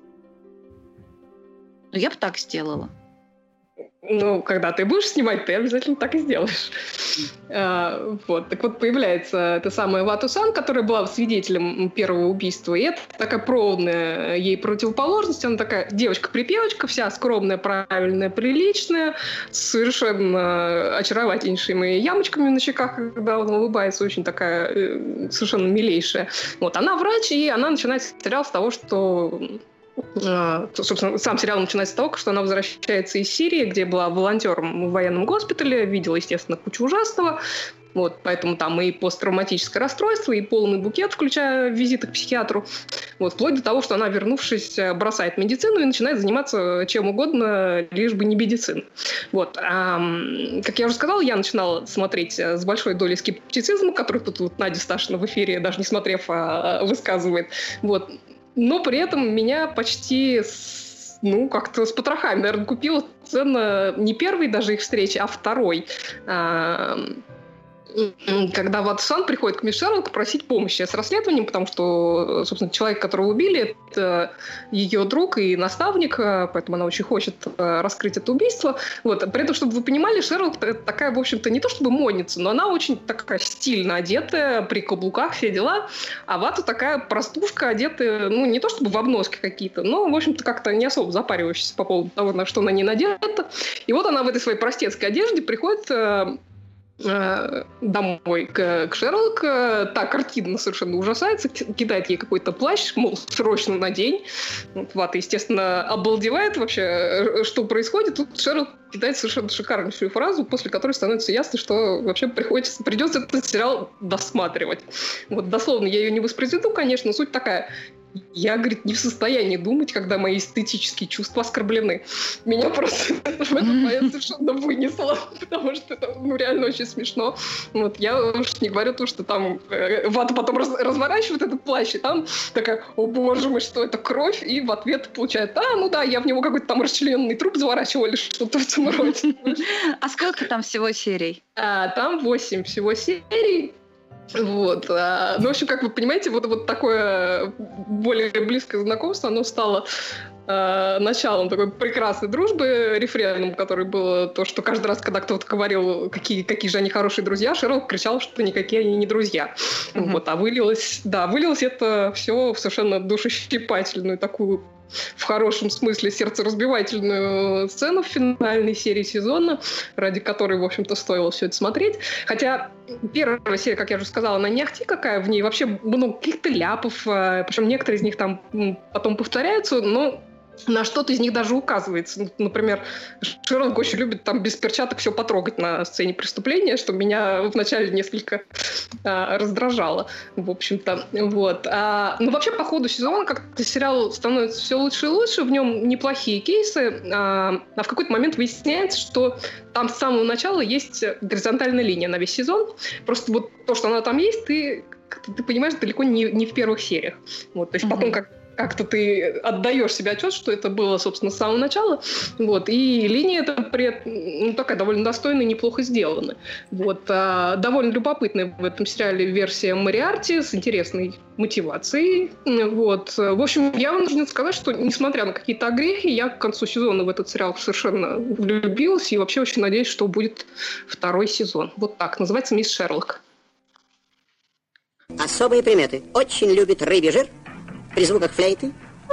Ну, я бы так сделала. Ну, когда ты будешь снимать, ты обязательно так и сделаешь. Вот. Так вот, появляется эта самая Вато-сан, которая была свидетелем первого убийства. И это такая проводная ей противоположность. Она такая девочка-припевочка, вся скромная, правильная, приличная, с совершенно очаровательнейшими ямочками на щеках, когда он улыбается, очень такая совершенно милейшая. Вот. Она врач, и она начинает сериал с того, что... Собственно, сам сериал начинается с того, что она возвращается из Сирии, где была волонтером в военном госпитале, видела, естественно, кучу ужасного. Вот, поэтому там и посттравматическое расстройство, и полный букет, включая визиты к психиатру. Вот, вплоть до того, что она, вернувшись, бросает медицину и начинает заниматься чем угодно, лишь бы не медициной. Вот. Как я уже сказала, я начинала смотреть с большой долей скептицизма, который тут вот Надя Сташина в эфире, даже не смотрев, высказывает. Вот. Но при этом меня почти, как-то с потрохами, наверное, купила сцена не первой даже их встречи, а второй. когда Ватсон приходит к мисс Шерлок просить помощи с расследованием, потому что, собственно, человек, которого убили, это ее друг и наставник, поэтому она очень хочет раскрыть это убийство. Вот. При этом, чтобы вы понимали, Шерлок такая, в общем-то, не то чтобы модница, но она очень такая стильно одетая, при каблуках, все дела. А Вата такая простушка, одетая, ну, не то чтобы в обноски какие-то, но, в общем-то, как-то не особо запаривающаяся по поводу того, на что она не надета. И вот она в этой своей простецкой одежде приходит домой к Шерлок. Та картина совершенно ужасается, кидает ей какой-то плащ, мол, срочно надень. Вот, Вата, естественно, обалдевает вообще, что происходит. Тут Шерлок кидает совершенно шикарную фразу, после которой становится ясно, что вообще придется этот сериал досматривать. Вот, дословно я ее не воспроизведу, конечно, суть такая. Я, говорит, не в состоянии думать, когда мои эстетические чувства оскорблены. Меня просто в этот момент совершенно вынесло, потому что это, ну, реально очень смешно. Вот, я уж не говорю то, что там Вата потом разворачивает этот плащ, и там такая: о боже мой, что это, кровь? И в ответ получает: ну да, я в него какой-то там расчлененный труп заворачивал или что-то в этом роде. А сколько там всего серий? Там 8 всего серий. Вот. Ну, в общем, как вы понимаете, вот такое более близкое знакомство, оно стало началом такой прекрасной дружбы, рефреном, который было то, что каждый раз, когда кто-то говорил, какие же они хорошие друзья, Шерлок кричал, что никакие они не друзья. Вот. А вылилось это все в совершенно душещипательную такую, в хорошем смысле, сердцеразбивательную сцену в финальной серии сезона, ради которой, в общем-то, стоило все это смотреть. Хотя первая серия, как я уже сказала, она не ахти какая, в ней вообще много каких-то ляпов, причем некоторые из них там потом повторяются, но на что-то из них даже указывается. Например, Шерлок очень любит там без перчаток все потрогать на сцене преступления, что меня вначале несколько раздражало, в общем-то. Вот. Но вообще по ходу сезона как-то сериал становится все лучше и лучше, в нем неплохие кейсы, а в какой-то момент выясняется, что там с самого начала есть горизонтальная линия на весь сезон. Просто вот то, что она там есть, ты понимаешь далеко не в первых сериях. Вот. То есть потом как-то ты отдаешь себе отчет, что это было, собственно, с самого начала. Вот. И линия эта такая довольно достойная, неплохо сделана. Вот. Довольно любопытная в этом сериале версия Мориарти с интересной мотивацией. Вот. В общем, я вынуждена сказать, что, несмотря на какие-то огрехи, я к концу сезона в этот сериал совершенно влюбилась и вообще очень надеюсь, что будет второй сезон. Вот так. Называется «Мисс Шерлок». Особые приметы. Очень любит рыбий жир. При звуках флейты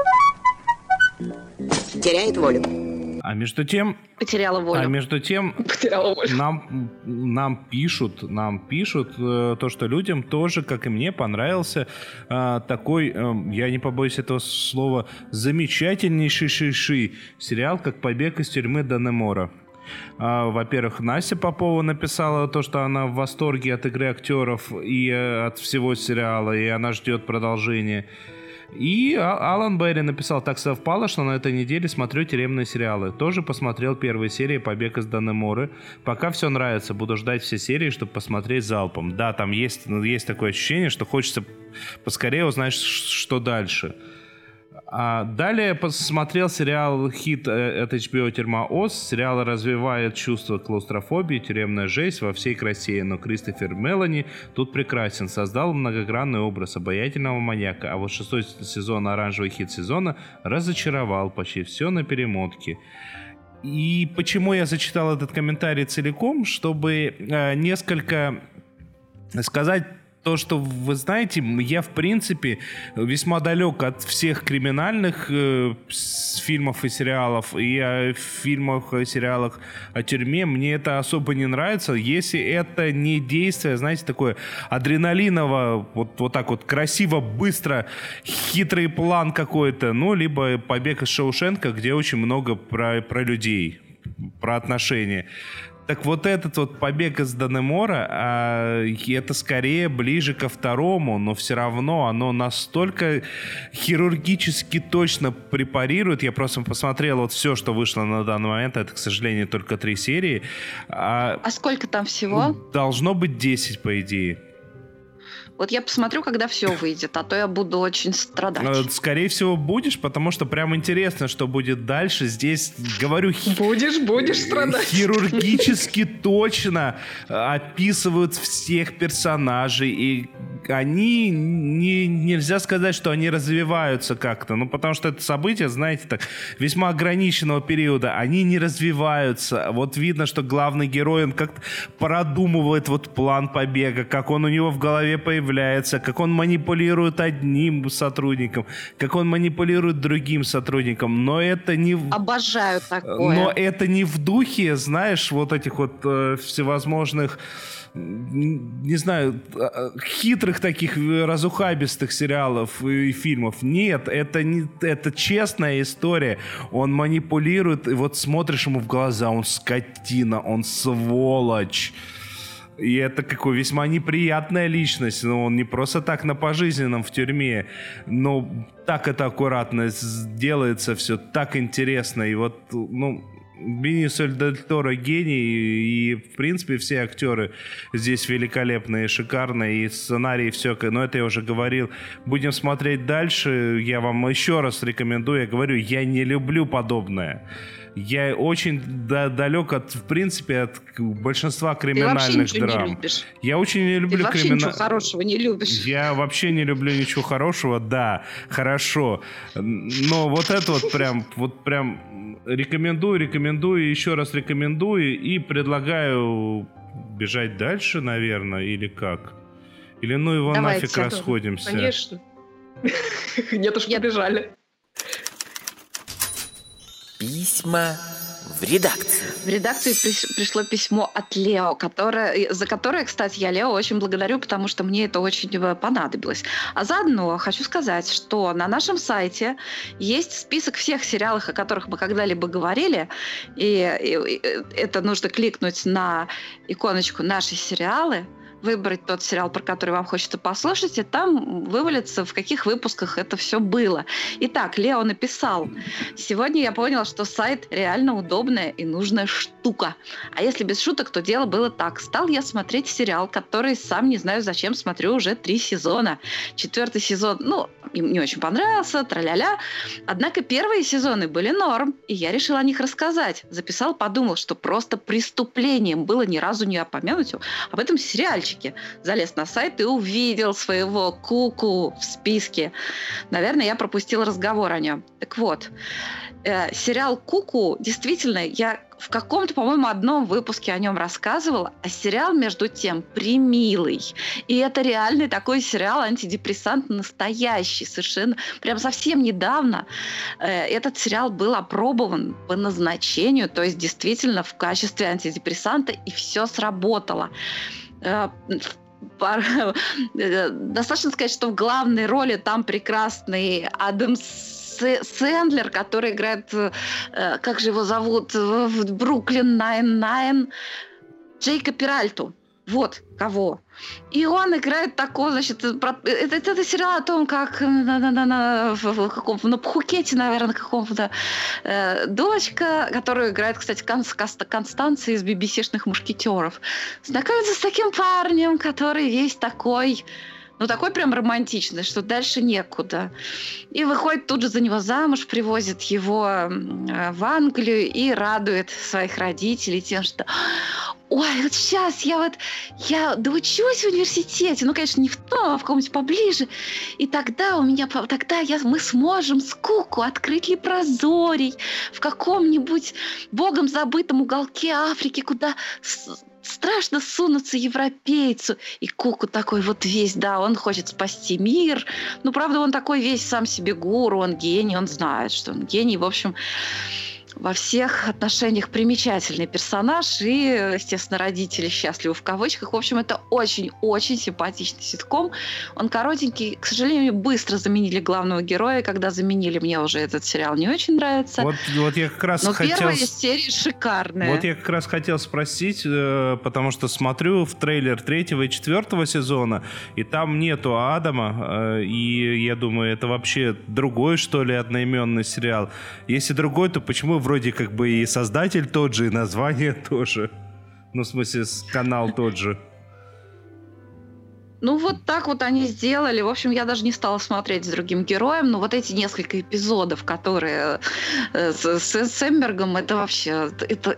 теряет волю. А между тем... Потеряла волю. Потеряла волю. Нам пишут, то, что людям тоже, как и мне, понравился такой, я не побоюсь этого слова, замечательнейший сериал, как «Побег из тюрьмы Даннемора». Во-первых, Настя Попова написала то, что она в восторге от игры актеров и от всего сериала, и она ждет продолжения. И Алан Берри написал: так совпало, что на этой неделе смотрю тюремные сериалы. Тоже посмотрел первые серии «Побег из Даннеморы». Пока все нравится, буду ждать все серии, чтобы посмотреть залпом. Да, там есть такое ощущение, что хочется поскорее узнать, что дальше. Далее посмотрел сериал хит от HBO «Тюрьма Оз». Сериал развивает чувство клаустрофобии, тюремная жесть во всей красе, но Кристофер Мелани тут прекрасен. Создал многогранный образ обаятельного маньяка, а вот 6-й сезон «Оранжевый хит сезона» разочаровал, почти все на перемотке. И почему я зачитал этот комментарий целиком? Чтобы несколько сказать то, что, вы знаете, я, в принципе, весьма далек от всех криминальных фильмов и сериалов, и о фильмах и сериалах о тюрьме. Мне это особо не нравится, если это не действие, знаете, такое адреналиново, вот так вот красиво, быстро, хитрый план какой-то, ну, либо «Побег из Шоушенка», где очень много про людей, про отношения. Так вот этот вот «Побег из Даннемора», это скорее ближе ко второму, но все равно оно настолько хирургически точно препарирует. Я просто посмотрел вот все, что вышло на данный момент. Это, к сожалению, только 3 серии. А сколько там всего? Должно быть 10, по идее. Вот я посмотрю, когда все выйдет, а то я буду очень страдать. Скорее всего, будешь, потому что прям интересно, что будет дальше. Здесь, говорю, Будешь страдать. Хирургически точно описывают всех персонажей, и они, нельзя сказать, что они развиваются как-то, ну, потому что это события, знаете, так, весьма ограниченного периода, они не развиваются. Вот видно, что главный герой, он как-то продумывает вот план побега, как он у него в голове появляется, как он манипулирует одним сотрудником, как он манипулирует другим сотрудником, но это не... Обожаю такое. Но это не в духе, знаешь, вот этих вот всевозможных, не знаю, хитрых таких разухабистых сериалов и фильмов. Нет, это честная история. Он манипулирует, и вот смотришь ему в глаза, он скотина, он сволочь. И это какой весьма неприятная личность. Но он не просто так на пожизненном в тюрьме. Но так это аккуратно делается все, так интересно. И вот, ну... Бенисио дель Торо гений, и в принципе все актеры здесь великолепные, шикарные, и сценарий, все, но это я уже говорил. Будем смотреть дальше, я вам еще раз рекомендую, я говорю, я не люблю подобное. Я очень далек от, в принципе, от большинства криминальных драм. Не любишь. Я очень не люблю вообще ничего хорошего не любишь. Я вообще не люблю ничего хорошего, да, хорошо. Но вот это вот прям рекомендую, еще раз рекомендую и предлагаю бежать дальше, наверное, или как? Или ну его нафиг расходимся? Конечно. Нет уж, побежали. Письма в редакцию. В редакцию пришло письмо от Лео, за которое, кстати, я Лео очень благодарю, потому что мне это очень понадобилось. А заодно хочу сказать, что на нашем сайте есть список всех сериалов, о которых мы когда-либо говорили, и это нужно кликнуть на иконочку «Наши сериалы», выбрать тот сериал, про который вам хочется послушать, и там вывалится, в каких выпусках это все было. Итак, Лео написал: «Сегодня я понял, что сайт реально удобная и нужная штука. А если без шуток, то дело было так. Стал я смотреть сериал, который сам не знаю зачем смотрю уже 3 сезона. 4-й сезон, им не очень понравился, тра-ля-ля. Однако первые сезоны были норм, и я решил о них рассказать. Записал, подумал, что просто преступлением было ни разу не упомянуть об этом сериальчике. Залез на сайт и увидел своего Куку в списке. Наверное, я пропустил разговор о нем. Так вот, сериал Куку, действительно, я в каком-то, по-моему, одном выпуске о нем рассказывала, а сериал, между тем, примилый. И это реальный такой сериал, антидепрессант настоящий, совершенно, прям совсем недавно этот сериал был опробован по назначению, то есть действительно в качестве антидепрессанта, и все сработало. Достаточно сказать, что в главной роли там прекрасный Адам Сэндлер, который играет, как же его зовут, в Бруклин Найн-Найн, Джейка Перальту. Вот кого. И он играет такого, значит, это сериал о том, как на Пхукете, наверное, какого-то дочка, которую играет, кстати, Констанция из BBC-шных мушкетеров, знакомится с таким парнем, который весь такой... такой прям романтичный, что дальше некуда. И выходит тут же за него замуж, привозит его в Англию и радует своих родителей тем, что ой, вот сейчас я доучусь в университете, конечно, не в том, а в каком-нибудь поближе, и тогда мы сможем с Куку открыть лепрозорий в каком-нибудь богом забытом уголке Африки, куда страшно сунуться европейцу. И Куку такой вот весь, он хочет спасти мир. Правда, он такой весь сам себе гуру, он гений, он знает, что он гений. В общем, во всех отношениях примечательный персонаж, и, естественно, родители счастливы в кавычках. В общем, это очень-очень симпатичный ситком. Он коротенький. К сожалению, быстро заменили главного героя. Когда заменили, мне уже этот сериал не очень нравится. Вот я как раз первая серия шикарная. Вот я как раз хотел спросить, потому что смотрю в трейлер 3-го и 4-го сезона, и там нету Адама, и я думаю, это вообще другой, что ли, одноименный сериал. Если другой, то почему вроде как бы и создатель тот же, и название тоже? В смысле, канал тот же. Ну, вот так вот они сделали. В общем, я даже не стала смотреть с другим героем, но вот эти несколько эпизодов, которые с Эмбергом, это вообще...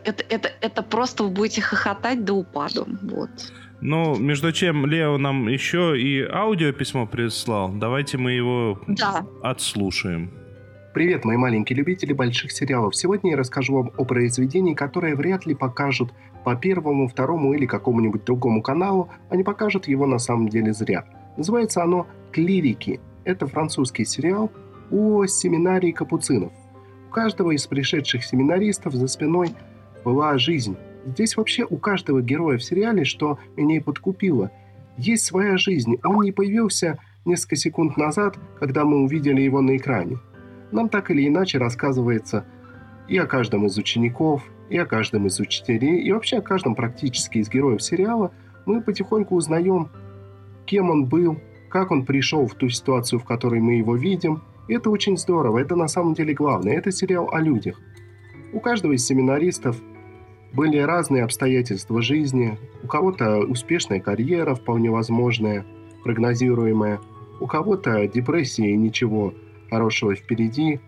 Это просто вы будете хохотать до упаду. Вот. Ну, между чем Лео нам еще и аудиописьмо прислал. Давайте мы его отслушаем. Привет, мои маленькие любители больших сериалов. Сегодня я расскажу вам о произведении, которое вряд ли покажут по Первому, Второму или какому-нибудь другому каналу, а не покажут его на самом деле зря. Называется оно «Клирики». Это французский сериал о семинарии капуцинов. У каждого из пришедших семинаристов за спиной была жизнь. Здесь вообще у каждого героя в сериале, что меня и подкупило, есть своя жизнь. Он не появился несколько секунд назад, когда мы увидели его на экране. Нам так или иначе рассказывается и о каждом из учеников, и о каждом из учителей, и вообще о каждом практически из героев сериала. Мы потихоньку узнаем, кем он был, как он пришел в ту ситуацию, в которой мы его видим. И это очень здорово, это на самом деле главное. Это сериал о людях. У каждого из семинаристов были разные обстоятельства жизни. У кого-то успешная карьера, вполне возможная, прогнозируемая. У кого-то депрессия и ничего хорошего впереди.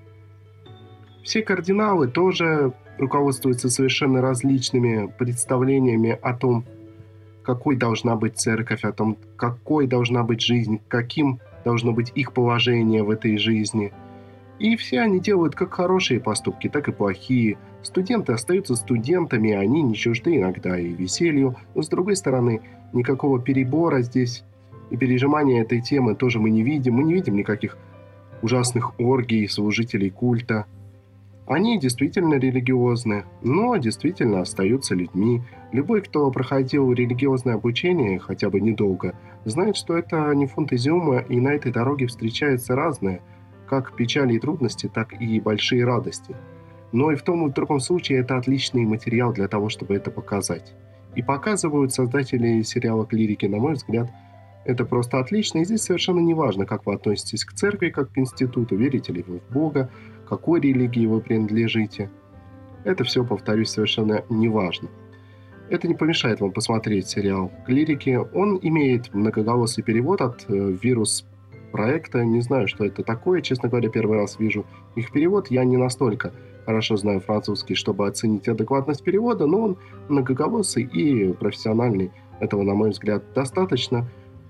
Все кардиналы тоже руководствуются совершенно различными представлениями о том, какой должна быть церковь, о том, какой должна быть жизнь, каким должно быть их положение в этой жизни. И все они делают как хорошие поступки, так и плохие. Студенты остаются студентами, они не чужды иногда и веселью. Но, с другой стороны, никакого перебора здесь и пережимания этой темы тоже мы не видим. Мы не видим никаких ужасных оргий служителей культа. Они действительно религиозны, но действительно остаются людьми. Любой, кто проходил религиозное обучение, хотя бы недолго, знает, что это не фунт изюма, и на этой дороге встречается разное, как печали и трудности, так и большие радости. Но и в том и в другом случае это отличный материал для того, чтобы это показать. И показывают создатели сериала «Клирики», на мой взгляд, это просто отлично, и здесь совершенно не важно, как вы относитесь к церкви, как к институту, верите ли вы в Бога, какой религии вы принадлежите. Это все, повторюсь, совершенно не важно. Это не помешает вам посмотреть сериал «Клирики». Он имеет многоголосый перевод от «Вирус-проекта». Не знаю, что это такое. Честно говоря, первый раз вижу их перевод. Я не настолько хорошо знаю французский, чтобы оценить адекватность перевода, но он многоголосый и профессиональный. Этого, на мой взгляд, достаточно.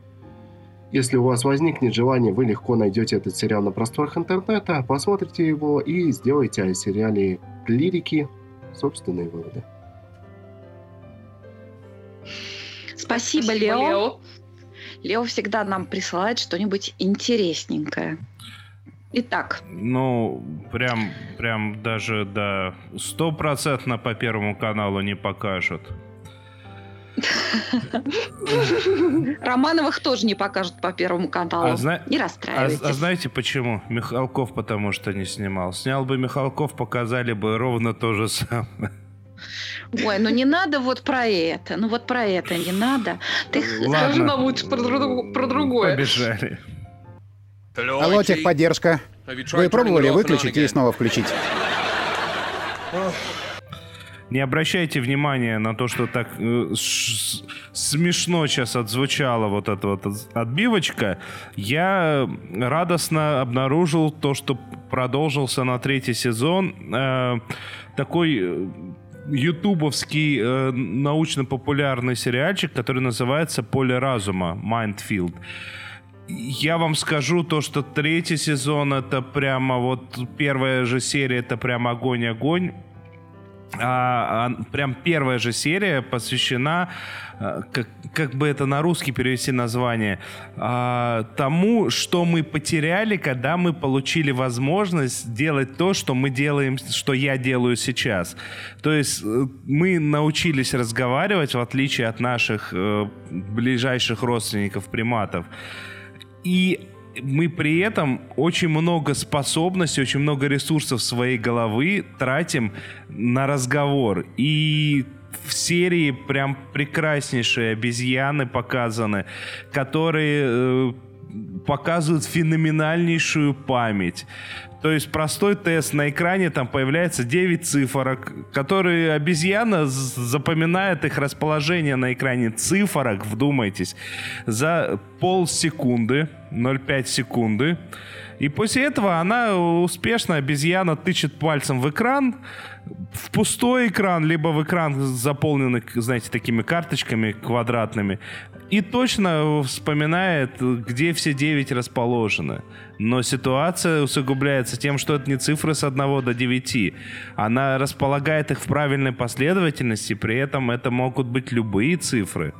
Если у вас возникнет желание, вы легко найдете этот сериал на просторах интернета, посмотрите его и сделайте о сериале «Клирики» собственные выводы. Спасибо, Лео. Лео всегда нам присылает что-нибудь интересненькое. Итак. Ну, прям даже, да, 100% по Первому каналу не покажут. Романовых тоже не покажут по Первому каналу. Не расстраивайтесь. А знаете почему? Михалков потому что не снимал. Снял бы Михалков, показали бы ровно то же самое. Ой, ну не надо вот про это. Ну вот про это не надо. Скажи нам лучше про другое. Побежали. Алло, техподдержка. Вы пробовали выключить и снова включить? Не обращайте внимания на то, что так смешно сейчас отзвучала вот эта вот отбивочка. Я радостно обнаружил то, что продолжился на 3-й сезон такой ютубовский научно-популярный сериальчик, который называется «Поле разума», Mindfield. Я вам скажу то, что 3-й сезон это прямо вот первая же серия, это прям огонь-огонь. Прям первая же серия посвящена, как бы это на русский перевести название, тому, что мы потеряли, когда мы получили возможность делать то, что мы делаем, что я делаю сейчас. То есть мы научились разговаривать, в отличие от наших ближайших родственников приматов. И мы при этом очень много способностей, очень много ресурсов своей головы тратим на разговор. И в серии прям прекраснейшие обезьяны показаны, которые показывают феноменальнейшую память. То есть простой тест на экране, там появляется 9 цифрок, которые обезьяна запоминает их расположение на экране цифрок, вдумайтесь, за полсекунды, 0,5 секунды. И после этого она успешно, обезьяна, тычет пальцем в экран, в пустой экран, либо в экран, заполненный, знаете, такими карточками квадратными, и точно вспоминает, где все 9 расположены. Но ситуация усугубляется тем, что это не цифры с 1 до 9. Она располагает их в правильной последовательности, при этом это могут быть любые цифры.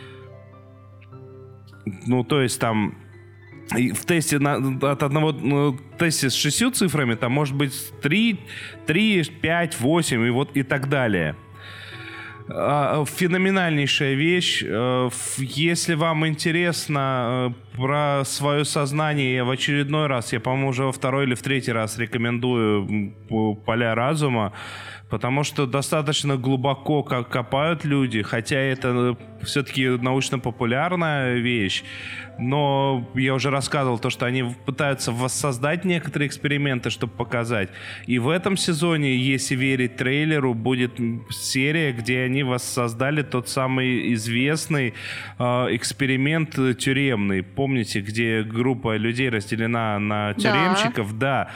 Ну, то есть там... И в тесте от одного тесте с 6 цифрами там может быть 3, 5, 8 и вот и так далее. Феноменальнейшая вещь. Если вам интересно про свое сознание, я в очередной раз, я, по-моему, уже во 2-й или в 3-й раз рекомендую «Поля разума», потому что достаточно глубоко копают люди, хотя это все-таки научно-популярная вещь, но я уже рассказывал то, что они пытаются воссоздать некоторые эксперименты, чтобы показать. И в этом сезоне, если верить трейлеру, будет серия, где они воссоздали тот самый известный эксперимент тюремный. Помните, где группа людей разделена на тюремщиков? Да.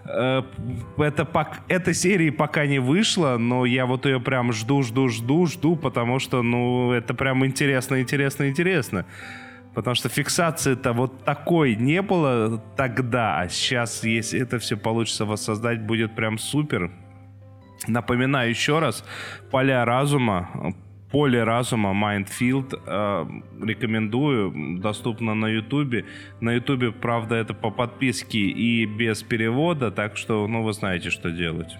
Эта серия пока не вышла, но я вот ее прям жду, потому что, ну, это прям интересно. Потому что фиксации-то вот такой не было тогда, а сейчас, если это все получится воссоздать, будет прям супер. Напоминаю еще раз, «Поле разума», Майндфилд, рекомендую, доступно на Ютубе. На Ютубе, правда, это по подписке и без перевода, так что, ну, вы знаете, что делать.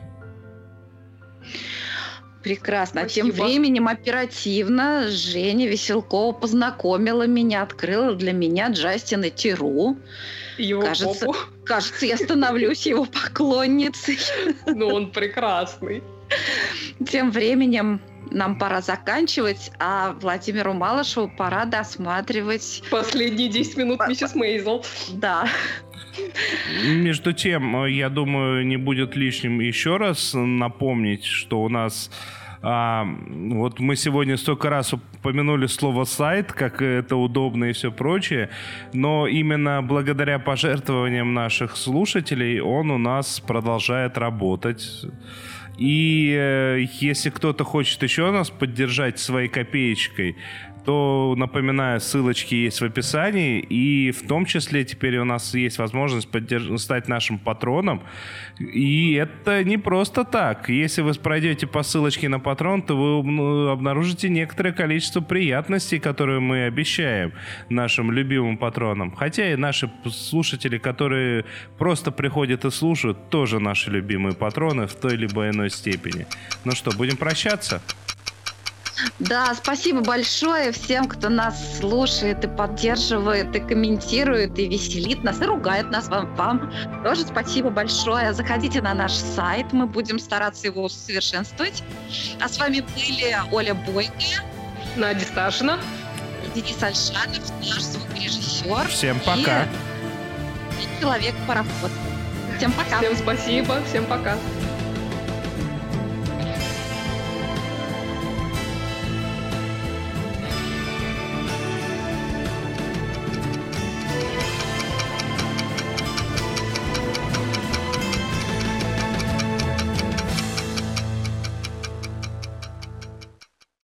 Прекрасно. Спасибо. Тем временем оперативно Женя Веселкова познакомила меня, открыла для меня Джастина Тиру. Его попу. Кажется, я становлюсь его поклонницей. Ну, он прекрасный. Тем временем нам пора заканчивать, а Владимиру Малышеву пора досматривать... Последние 10 минут миссис Мейзел. Да. Между тем, я думаю, не будет лишним еще раз напомнить, что у нас... вот мы сегодня столько раз упомянули слово «сайт», как это удобно и все прочее, но именно благодаря пожертвованиям наших слушателей он у нас продолжает работать. И если кто-то хочет еще нас поддержать своей копеечкой, то, напоминаю, ссылочки есть в описании, и в том числе теперь у нас есть возможность стать нашим патроном. И это не просто так. Если вы пройдете по ссылочке на Патрон, то вы обнаружите некоторое количество приятностей, которые мы обещаем нашим любимым патронам. Хотя и наши слушатели, которые просто приходят и слушают, тоже наши любимые патроны в той либо иной степени. Ну что, будем прощаться? Да, спасибо большое всем, кто нас слушает и поддерживает, и комментирует, и веселит нас, и ругает нас. Вам тоже спасибо большое. Заходите на наш сайт, мы будем стараться его усовершенствовать. А с вами были Оля Бойко, Надя Сташина и Денис Альшанов, наш звукорежиссер. Всем пока. И Человек-пароход. Всем пока. Всем спасибо, всем пока.